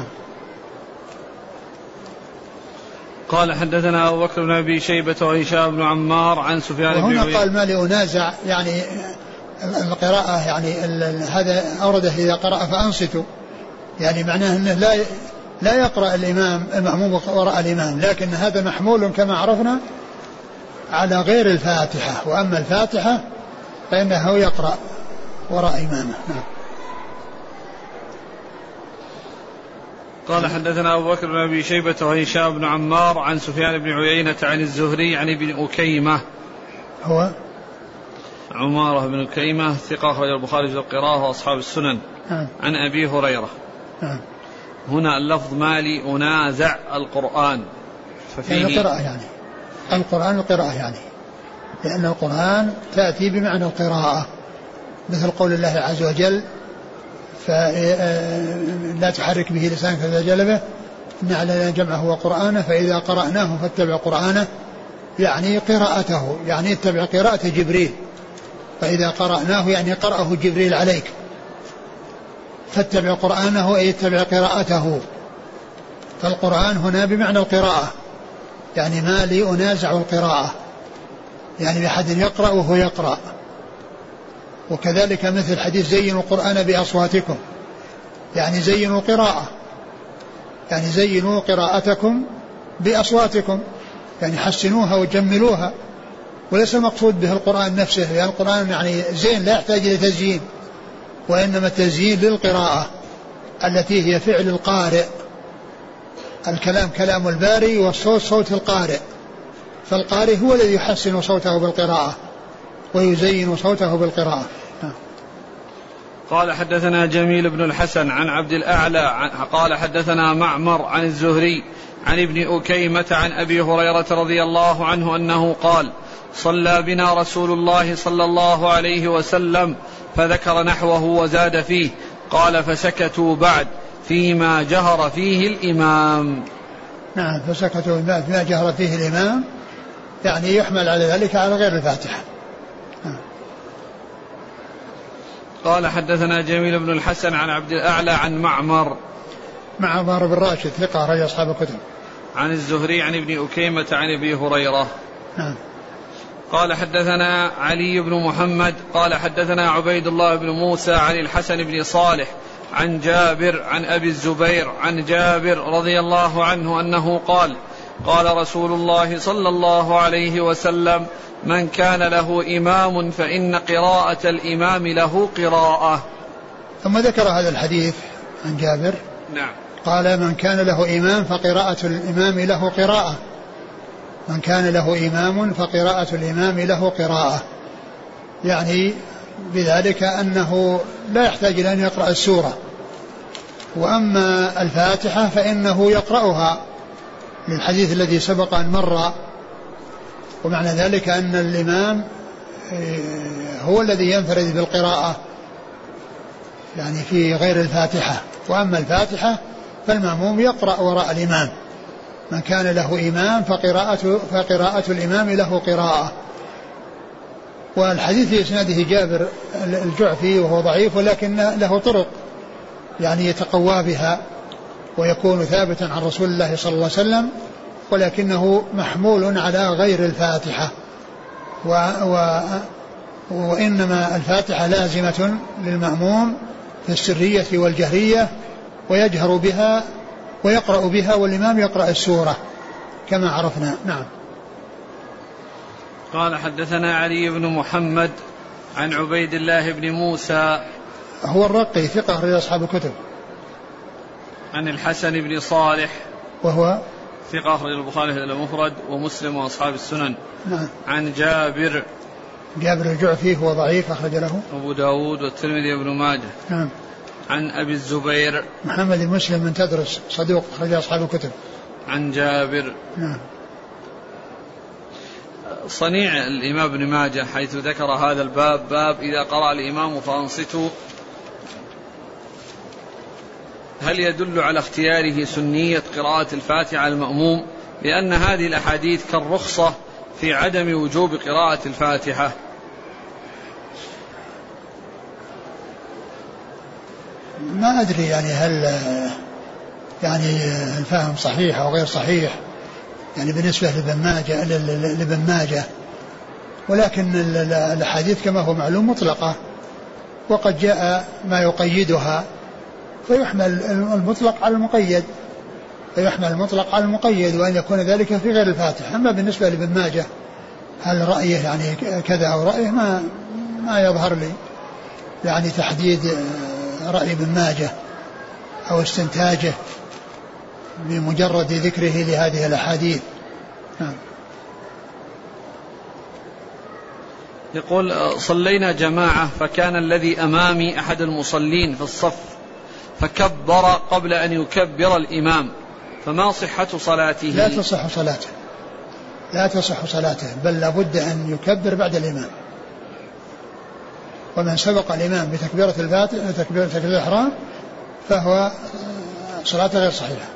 قال حدثنا أبو بكر بن أبي شيبة وهشام بن عمار عن سفيان بن عيينة. وهنا قال ما لي أنازع، يعني القراءة يعني هذا أورده إذا قرأ فأنصتوا، يعني معناه أنه لا لا يقرأ الإمام المأموم وراء الإمام، لكن هذا محمول كما عرفنا على غير الفاتحة، وأما الفاتحة فإنه يقرأ وراء إمامه. نعم. قال حدثنا أبو بكر بن أبي شيبة وهشام بن عمار عن سفيان بن عيينة عن الزهري عن ابن أكيمة. هو عمارة بن أكيمة ثقة أخرج البخاري في القراءة وأصحاب السنن. نعم. عن أبي هريرة. نعم. هنا اللفظ مالي أنازع القرآن، ففيه يعني القراءة، يعني القرآن القراءة، يعني لأن القرآن تأتي بمعنى القراءة، مثل قول الله عز وجل فلا تحرك به لسانك فإذا به إن علينا جمعه وقرآنه فإذا قرأناه فاتبع قرآنه، يعني قراءته، يعني اتبع قراءة جبريل، فإذا قرأناه يعني قرأه جبريل عليك، فاتبع قرآنه أي اتبع قراءته. فالقرآن هنا بمعنى القراءة، يعني ما لي أنازع القراءة، يعني بأحد يقرأ وهو يقرأ. وكذلك مثل حديث زينوا القرآن بأصواتكم، يعني زينوا قراءة، يعني زينوا قراءتكم بأصواتكم، يعني حسنوها وجملوها، وليس المقصود به القرآن نفسه، يعني القرآن يعني زين لا يحتاج إلى تزيين، وإنما التزيين للقراءة التي هي فعل القارئ، الكلام كلام الباري والصوت صوت القارئ، فالقارئ هو الذي يحسن صوته بالقراءة ويزين صوته بالقراءة. قال حدثنا جميل بن الحسن عن عبد الأعلى قال حدثنا معمر عن الزهري عن ابن أكيمة عن أبي هريرة رضي الله عنه أنه قال صلى بنا رسول الله صلى الله عليه وسلم فذكر نحوه وزاد فيه، قال فسكتوا بعد فيما جهر فيه الإمام. نعم، فسكتوا بعد فيما جهر فيه الإمام، يعني يحمل على ذلك على غير الفاتحة. قال حدثنا جميل بن الحسن عن عبد الأعلى عن معمر معمر بن راشد ثقة رجل أصحاب الكتب. عن الزهري عن ابن أكيمة عن أبي هريرة. نعم. قال حدثنا علي بن محمد قال حدثنا عبيد الله بن موسى عن الحسن بن صالح عن جابر عن أبي الزبير عن جابر رضي الله عنه أنه قال قال رسول الله صلى الله عليه وسلم من كان له إمام فإن قراءة الإمام له قراءة. ثم ذكر هذا الحديث عن جابر. نعم. قال من كان له إمام فقراءة الإمام له قراءة، من كان له إمام فقراءة الإمام له قراءة، يعني بذلك أنه لا يحتاج إلى أن يقرأ السورة، وأما الفاتحة فإنه يقرأها للحديث الذي سبق أن مر، ومعنى ذلك أن الإمام هو الذي ينفرد بالقراءة يعني في غير الفاتحة، وأما الفاتحة فالمأموم يقرأ وراء الإمام. من كان له إمام فقراءة, فقراءة الإمام له قراءة. والحديث في إسناده جابر الجعفي وهو ضعيف، ولكن له طرق يعني يتقوى بها ويكون ثابتا عن رسول الله صلى الله عليه وسلم، ولكنه محمول على غير الفاتحة، و و وإنما الفاتحة لازمة للمأموم في السرية والجهرية، ويجهر بها ويقرأ بها، والإمام يقرأ السورة كما عرفنا. نعم. قال حدثنا علي بن محمد عن عبيد الله بن موسى هو الرقي ثقة رجل أصحاب الكتب. عن الحسن بن صالح وهو ثقة أخرج البخاري في المفرد ومسلم وأصحاب السنن. نعم. عن جابر جابر الجعفي هو ضعيف أخرج له أبو داود والترمذي وابن ماجه. نعم. عن أبي الزبير محمد بن مسلم من تدرس صدوق أخرج أصحاب الكتب. عن جابر. نعم. صنيع الإمام ابن ماجه حيث ذكر هذا الباب باب إذا قرأ الإمام فأنصتوا، هل يدل على اختياره سنية قراءة الفاتحة على المأموم، لأن هذه الأحاديث كالرخصة في عدم وجوب قراءة الفاتحة؟ ما أدري يعني هل يعني الفهم صحيح أو غير صحيح يعني بالنسبة لابن ماجه لابن ماجه ولكن الأحاديث كما هو معلوم مطلقة، وقد جاء ما يقيدها فيحمل المطلق على المقيد فيحمل المطلق على المقيد وأن يكون ذلك في غير الفاتحة. أما بالنسبة لابن ماجه هل رأيه يعني كذا أو رأيه ما ما يظهر لي يعني تحديد رأي ابن ماجه أو استنتاجه بمجرد ذكره لهذه الأحاديث. نعم. يقول صلينا جماعة فكان الذي أمامي أحد المصلين في الصف فكبر قبل أن يكبر الإمام، فما صحة صلاته؟ لا تصح صلاته لا تصح صلاته بل لابد أن يكبر بعد الإمام، ومن سبق الإمام بتكبيرة الفاتحة تكبيرة الإحرام فهو صلاته غير صحيحة.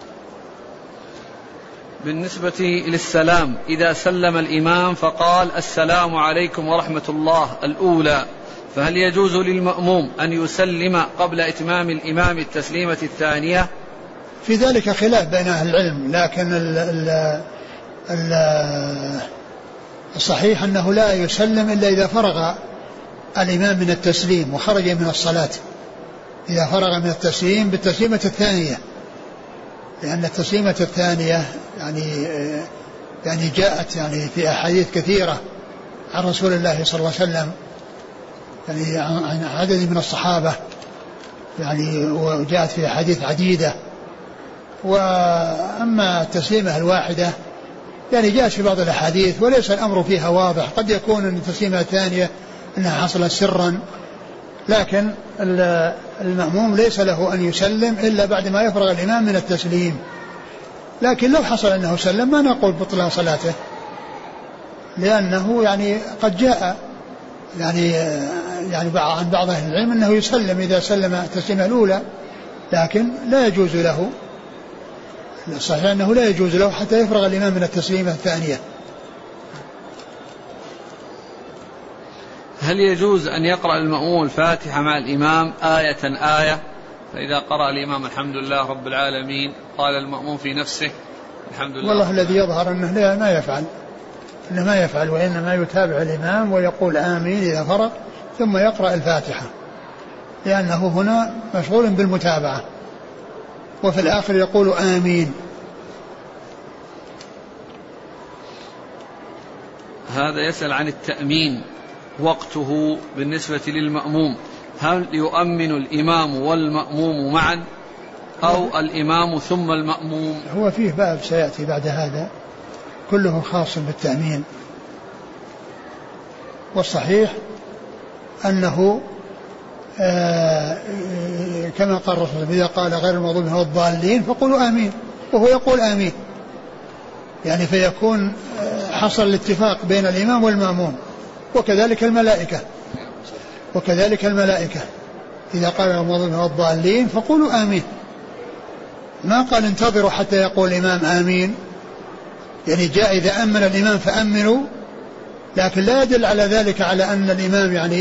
بالنسبة للسلام إذا سلم الإمام فقال السلام عليكم ورحمة الله الأولى، فهل يجوز للمأموم أن يسلم قبل إتمام الإمام التسليمة الثانية؟ في ذلك خلاف بين أهل العلم، لكن ال ال ال الصحيح أنه لا يسلم إلا إذا فرغ الإمام من التسليم وخرج من الصلاة، إذا فرغ من التسليم بالتسليمة الثانية، لأن التسليمة الثانية يعني يعني جاءت يعني في أحاديث كثيرة عن رسول الله صلى الله عليه وسلم يعني عن عدد من الصحابة يعني وجاءت في أحاديث عديدة. وأما التسليمة الواحدة يعني جاءت في بعض الأحاديث وليس الأمر فيها واضح، قد يكون أن التسليمة الثانية أنها حصلت سرا، لكن المأموم ليس له أن يسلم إلا بعد ما يفرغ الإمام من التسليم. لكن لو حصل أنه سلم ما نقول بطلان صلاته، لأنه يعني قد جاء يعني يعني عن بعض أهل العلم أنه يسلم إذا سلم التسليمة الأولى، لكن لا يجوز له، صحيح أنه لا يجوز له حتى يفرغ الإمام من التسليمة الثانية. هل يجوز أن يقرأ المأموم الفاتحة مع الإمام آية آية، فإذا قرأ الإمام الحمد لله رب العالمين قال المأموم في نفسه الحمد لله؟ والله الذي يظهر أنه لا ما يفعل أنه ما يفعل وإنما يتابع الإمام ويقول آمين إذا فرغ ثم يقرأ الفاتحة، لأنه هنا مشغول بالمتابعة، وفي الآخر يقول آمين. هذا يسأل عن التأمين وقته بالنسبة للمأموم، هل يؤمن الإمام والمأموم معا أو الإمام ثم المأموم؟ هو فيه باب سيأتي بعد هذا كله خاص بالتأمين، والصحيح أنه آه كما قال الرسول إذا قال غير المغضوب عليهم الضالين فقولوا آمين، وهو يقول آمين، يعني فيكون حصل الاتفاق بين الإمام والمأموم. وكذلك الملائكة وكذلك الملائكة إذا قال المغضوب عليهم الضالين فقولوا آمين، ما قال انتظروا حتى يقول الإمام آمين، يعني جاء إذا أمن الإمام فأمنوا، لكن لا يدل على ذلك على أن الإمام يعني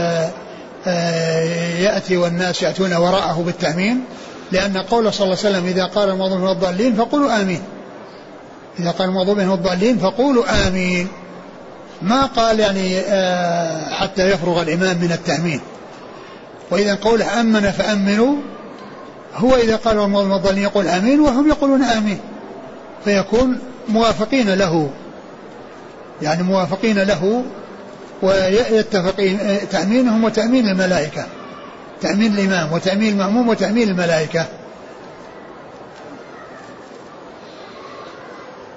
يأتي والناس يأتون وراءه بالتأمين، لأن قول صلى الله عليه وسلم إذا قال المغضوب عليهم الضالين فقولوا آمين، إذا قال المغضوب عليهم الضالين فقولوا آمين، ما قال يعني حتى يفرغ الإمام من التأمين. وإذا قوله أمن فأمنوا هو إذا قال المغضوب عليهم الضالين يقول آمين وهم يقولون آمين، فيكون موافقين له، يعني موافقين له ويتفق تأمينهم وتأمين الملائكة، تأمين الإمام وتأمين المأموم وتأمين الملائكة.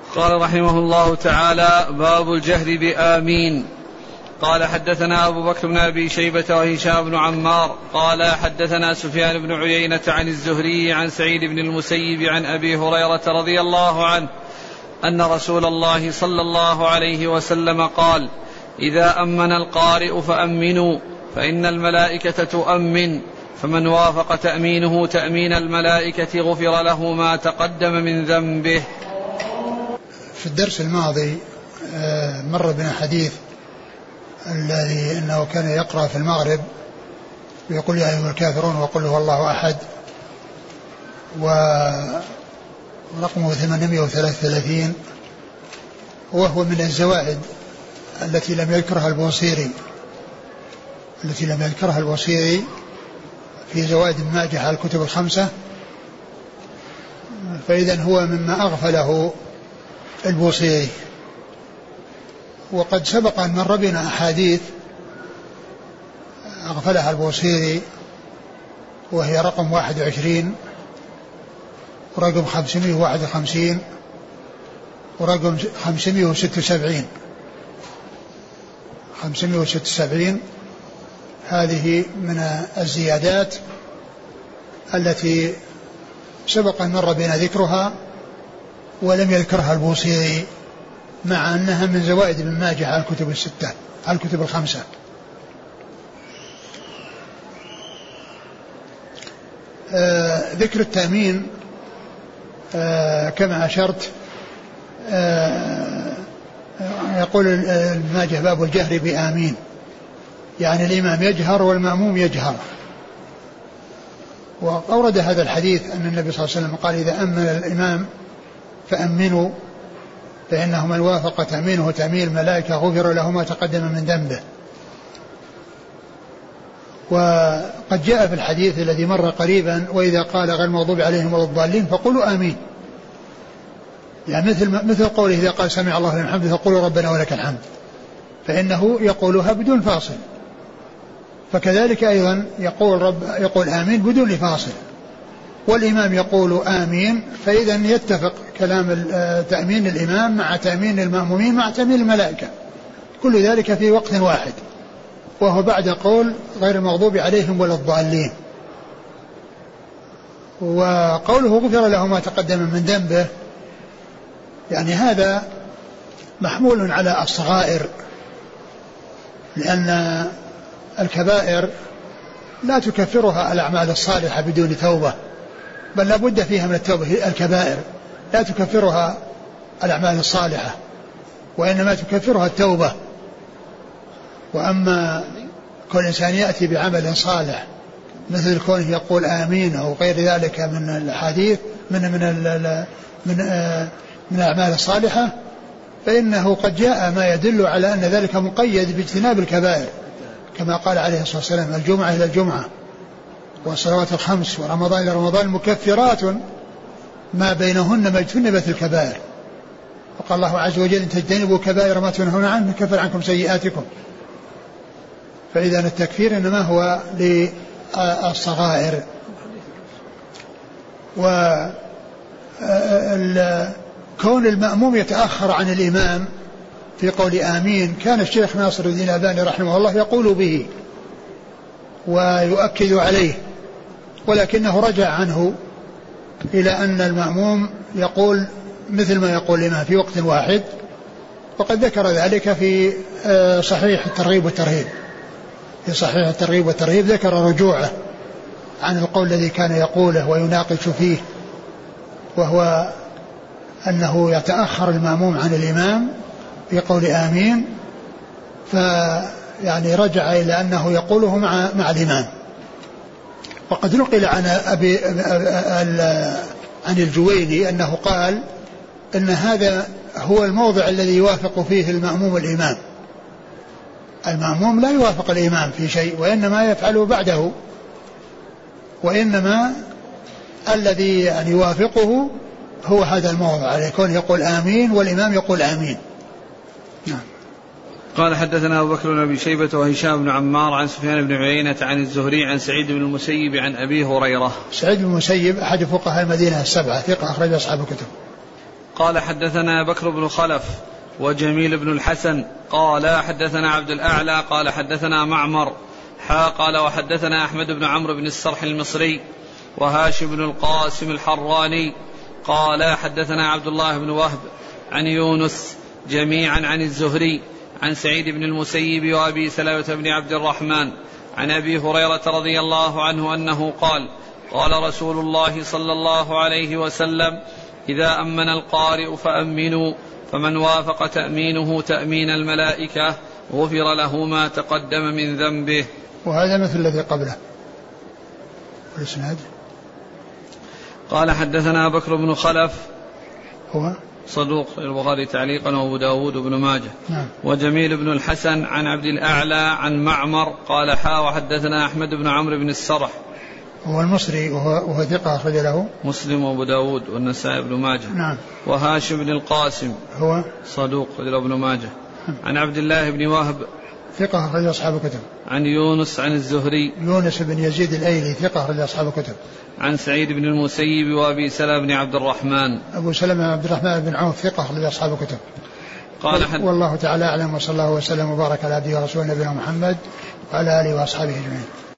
قال رحمه الله تعالى: باب الجهر بآمين. قال حدثنا أبو بكر بن أبي شيبة وهشام بن عمار قال حدثنا سفيان بن عيينة عن الزهري عن سعيد بن المسيب عن أبي هريرة رضي الله عنه أن رسول الله صلى الله عليه وسلم قال: إذا أمن القارئ فأمنوا فإن الملائكة تؤمن، فمن وافق تأمينه تأمين الملائكة غفر له ما تقدم من ذنبه. في الدرس الماضي مر بنا حديث الذي أنه كان يقرأ في المغرب ويقول: يا أيها الكافرون وقل هو الله أحد، ورقمه ثمانمائة وثلاثة وثلاثين، وهو من الزوائد التي لم يذكرها البوصيري التي لم يذكرها البوصيري في زوائد ماجه على الكتب الخمسة، فإذا هو مما أغفله البوصيري. وقد سبق أن مر بنا أحاديث أغفلها البوصيري، وهي رقم واحد وعشرين ورقم خمسمائة وواحد وخمسين ورقم خمسمائة وستة وسبعين خمسمائة وستة وسبعين. هذه من الزيادات التي سبق أن مر بنا ذكرها ولم يذكرها البوصيري، مع أنها من زوائد ابن ماجه على الكتب الستة على الكتب الخمسة. آه ذكر التأمين آه كما أشرت، آه يقول ابن ماجه: باب الجهر بآمين، يعني الإمام يجهر والمأموم يجهر. وأورد هذا الحديث أن النبي صلى الله عليه وسلم قال: إذا أمن الإمام فأمنوا فإنه من وافق تأمينه تأمين الملائكة غفر له ما تقدم من ذنبه. وقد جاء في الحديث الذي مر قريبا: وإذا قال غير المغضوب عليهم ولا الضالين فقولوا آمين، يعني مثل مثل قوله إذا قال سمع الله لمن حمده فقولوا ربنا ولك الحمد، فإنه يقولها بدون فاصل. فكذلك أيضا يقول رب يقول آمين بدون فاصل، والإمام يقول آمين، فإذا يتفق كلام تأمين الإمام مع تأمين المأمومين مع تأمين الملائكة، كل ذلك في وقت واحد، وهو بعد قول غير المغضوب عليهم ولا الضالين. وقوله غفر له ما تقدم من ذنبه، يعني هذا محمول على الصغائر، لأن الكبائر لا تكفرها الأعمال الصالحة بدون توبة، بل لا بد فيها من التوبة. الكبائر لا تكفرها الأعمال الصالحة، وإنما تكفرها التوبة. وأما كل إنسان يأتي بعمل صالح مثل كونه يقول آمين أو غير ذلك من الحديث من من من من الأعمال الصالحة، فإنه قد جاء ما يدل على أن ذلك مقيد باجتناب الكبائر، كما قال عليه الصلاة والسلام: الجمعة إلى الجمعة والصلوات الخمس ورمضان إلى رمضان مكفرات ما بينهن ما اجتنبت الكبائر. وقال الله عز وجل: إن تجتنبوا كبائر ما تنهون عنه نكفر عنكم سيئاتكم. فإذا التكفير إنما هو للصغائر. وكون المأموم يتأخر عن الإمام في قول آمين، كان الشيخ ناصر الدين الألباني رحمه الله يقول به ويؤكد عليه، ولكنه رجع عنه إلى أن المأموم يقول مثل ما يقول الإمام في وقت واحد. وقد ذكر ذلك في صحيح الترغيب والترهيب في صحيح الترغيب والترهيب ذكر رجوعه عن القول الذي كان يقوله ويناقش فيه، وهو أنه يتأخر المأموم عن الإمام في قول آمين، فيعني رجع إلى أنه يقوله مع, مع الإمام. وقد نقل عن أبي عن الجويني أنه قال إن هذا هو الموضع الذي يوافق فيه المأموم الإمام. المأموم لا يوافق الإمام في شيء، وإنما يفعله بعده، وإنما الذي يعني يوافقه هو هذا الموضع، يكون يقول آمين والإمام يقول آمين. نعم. قال حدثنا أبو بكر بن أبي شيبة وهشام بن عمار عن سفيان بن عيينة عن الزهري عن سعيد بن المسيب عن أبي هريرة. سعيد بن المسيب أحد فقهاء المدينة السبعة، ثقة أخرج أصحاب الكتب. قال حدثنا بكر بن خلف وجميل بن الحسن قال حدثنا عبد الأعلى قال حدثنا معمر حا قال وحدثنا أحمد بن عمرو بن السرح المصري وهاشم بن القاسم الحراني قال حدثنا عبد الله بن وهب عن يونس جميعا عن الزهري عن سعيد بن المسيب وأبي سلمة بن عبد الرحمن عن أبي هريرة رضي الله عنه أنه قال قال رسول الله صلى الله عليه وسلم إذا أمن القارئ فأمنوا فمن وافق تأمينه تأمين الملائكة غفر له ما تقدم من ذنبه. وهذا مثل الذي قبله. الإسناد قال حدثنا بكر بن خلف هو صدوق البخاري تعليقا وأبو داود بن ماجه. نعم. وجميل بن الحسن عن عبد الأعلى عن معمر قال حا وحدثنا أحمد بن عمرو بن السرح هو المصري وهو, وهو ثقة أخرج له مسلم وأبو داود والنسائي بن ماجه. نعم. وهاشم بن القاسم هو صدوق أخرج له ابن ماجه. عن عبد الله بن وهب ثقة أخرج أصحاب الكتب. عن يونس عن الزهري يونس بن يزيد الأيلي ثقة أخرج أصحاب الكتب. عن سعيد بن المسيب وأبي سلمة بن عبد الرحمن أبو سلمة عبد الرحمن بن عوف ثقة أخرج أصحاب الكتب. قال حد والله تعالى أعلم وصلى الله وسلم وبارك على عبده ورسوله نبينا محمد وعلى آله وأصحابه أجمعين.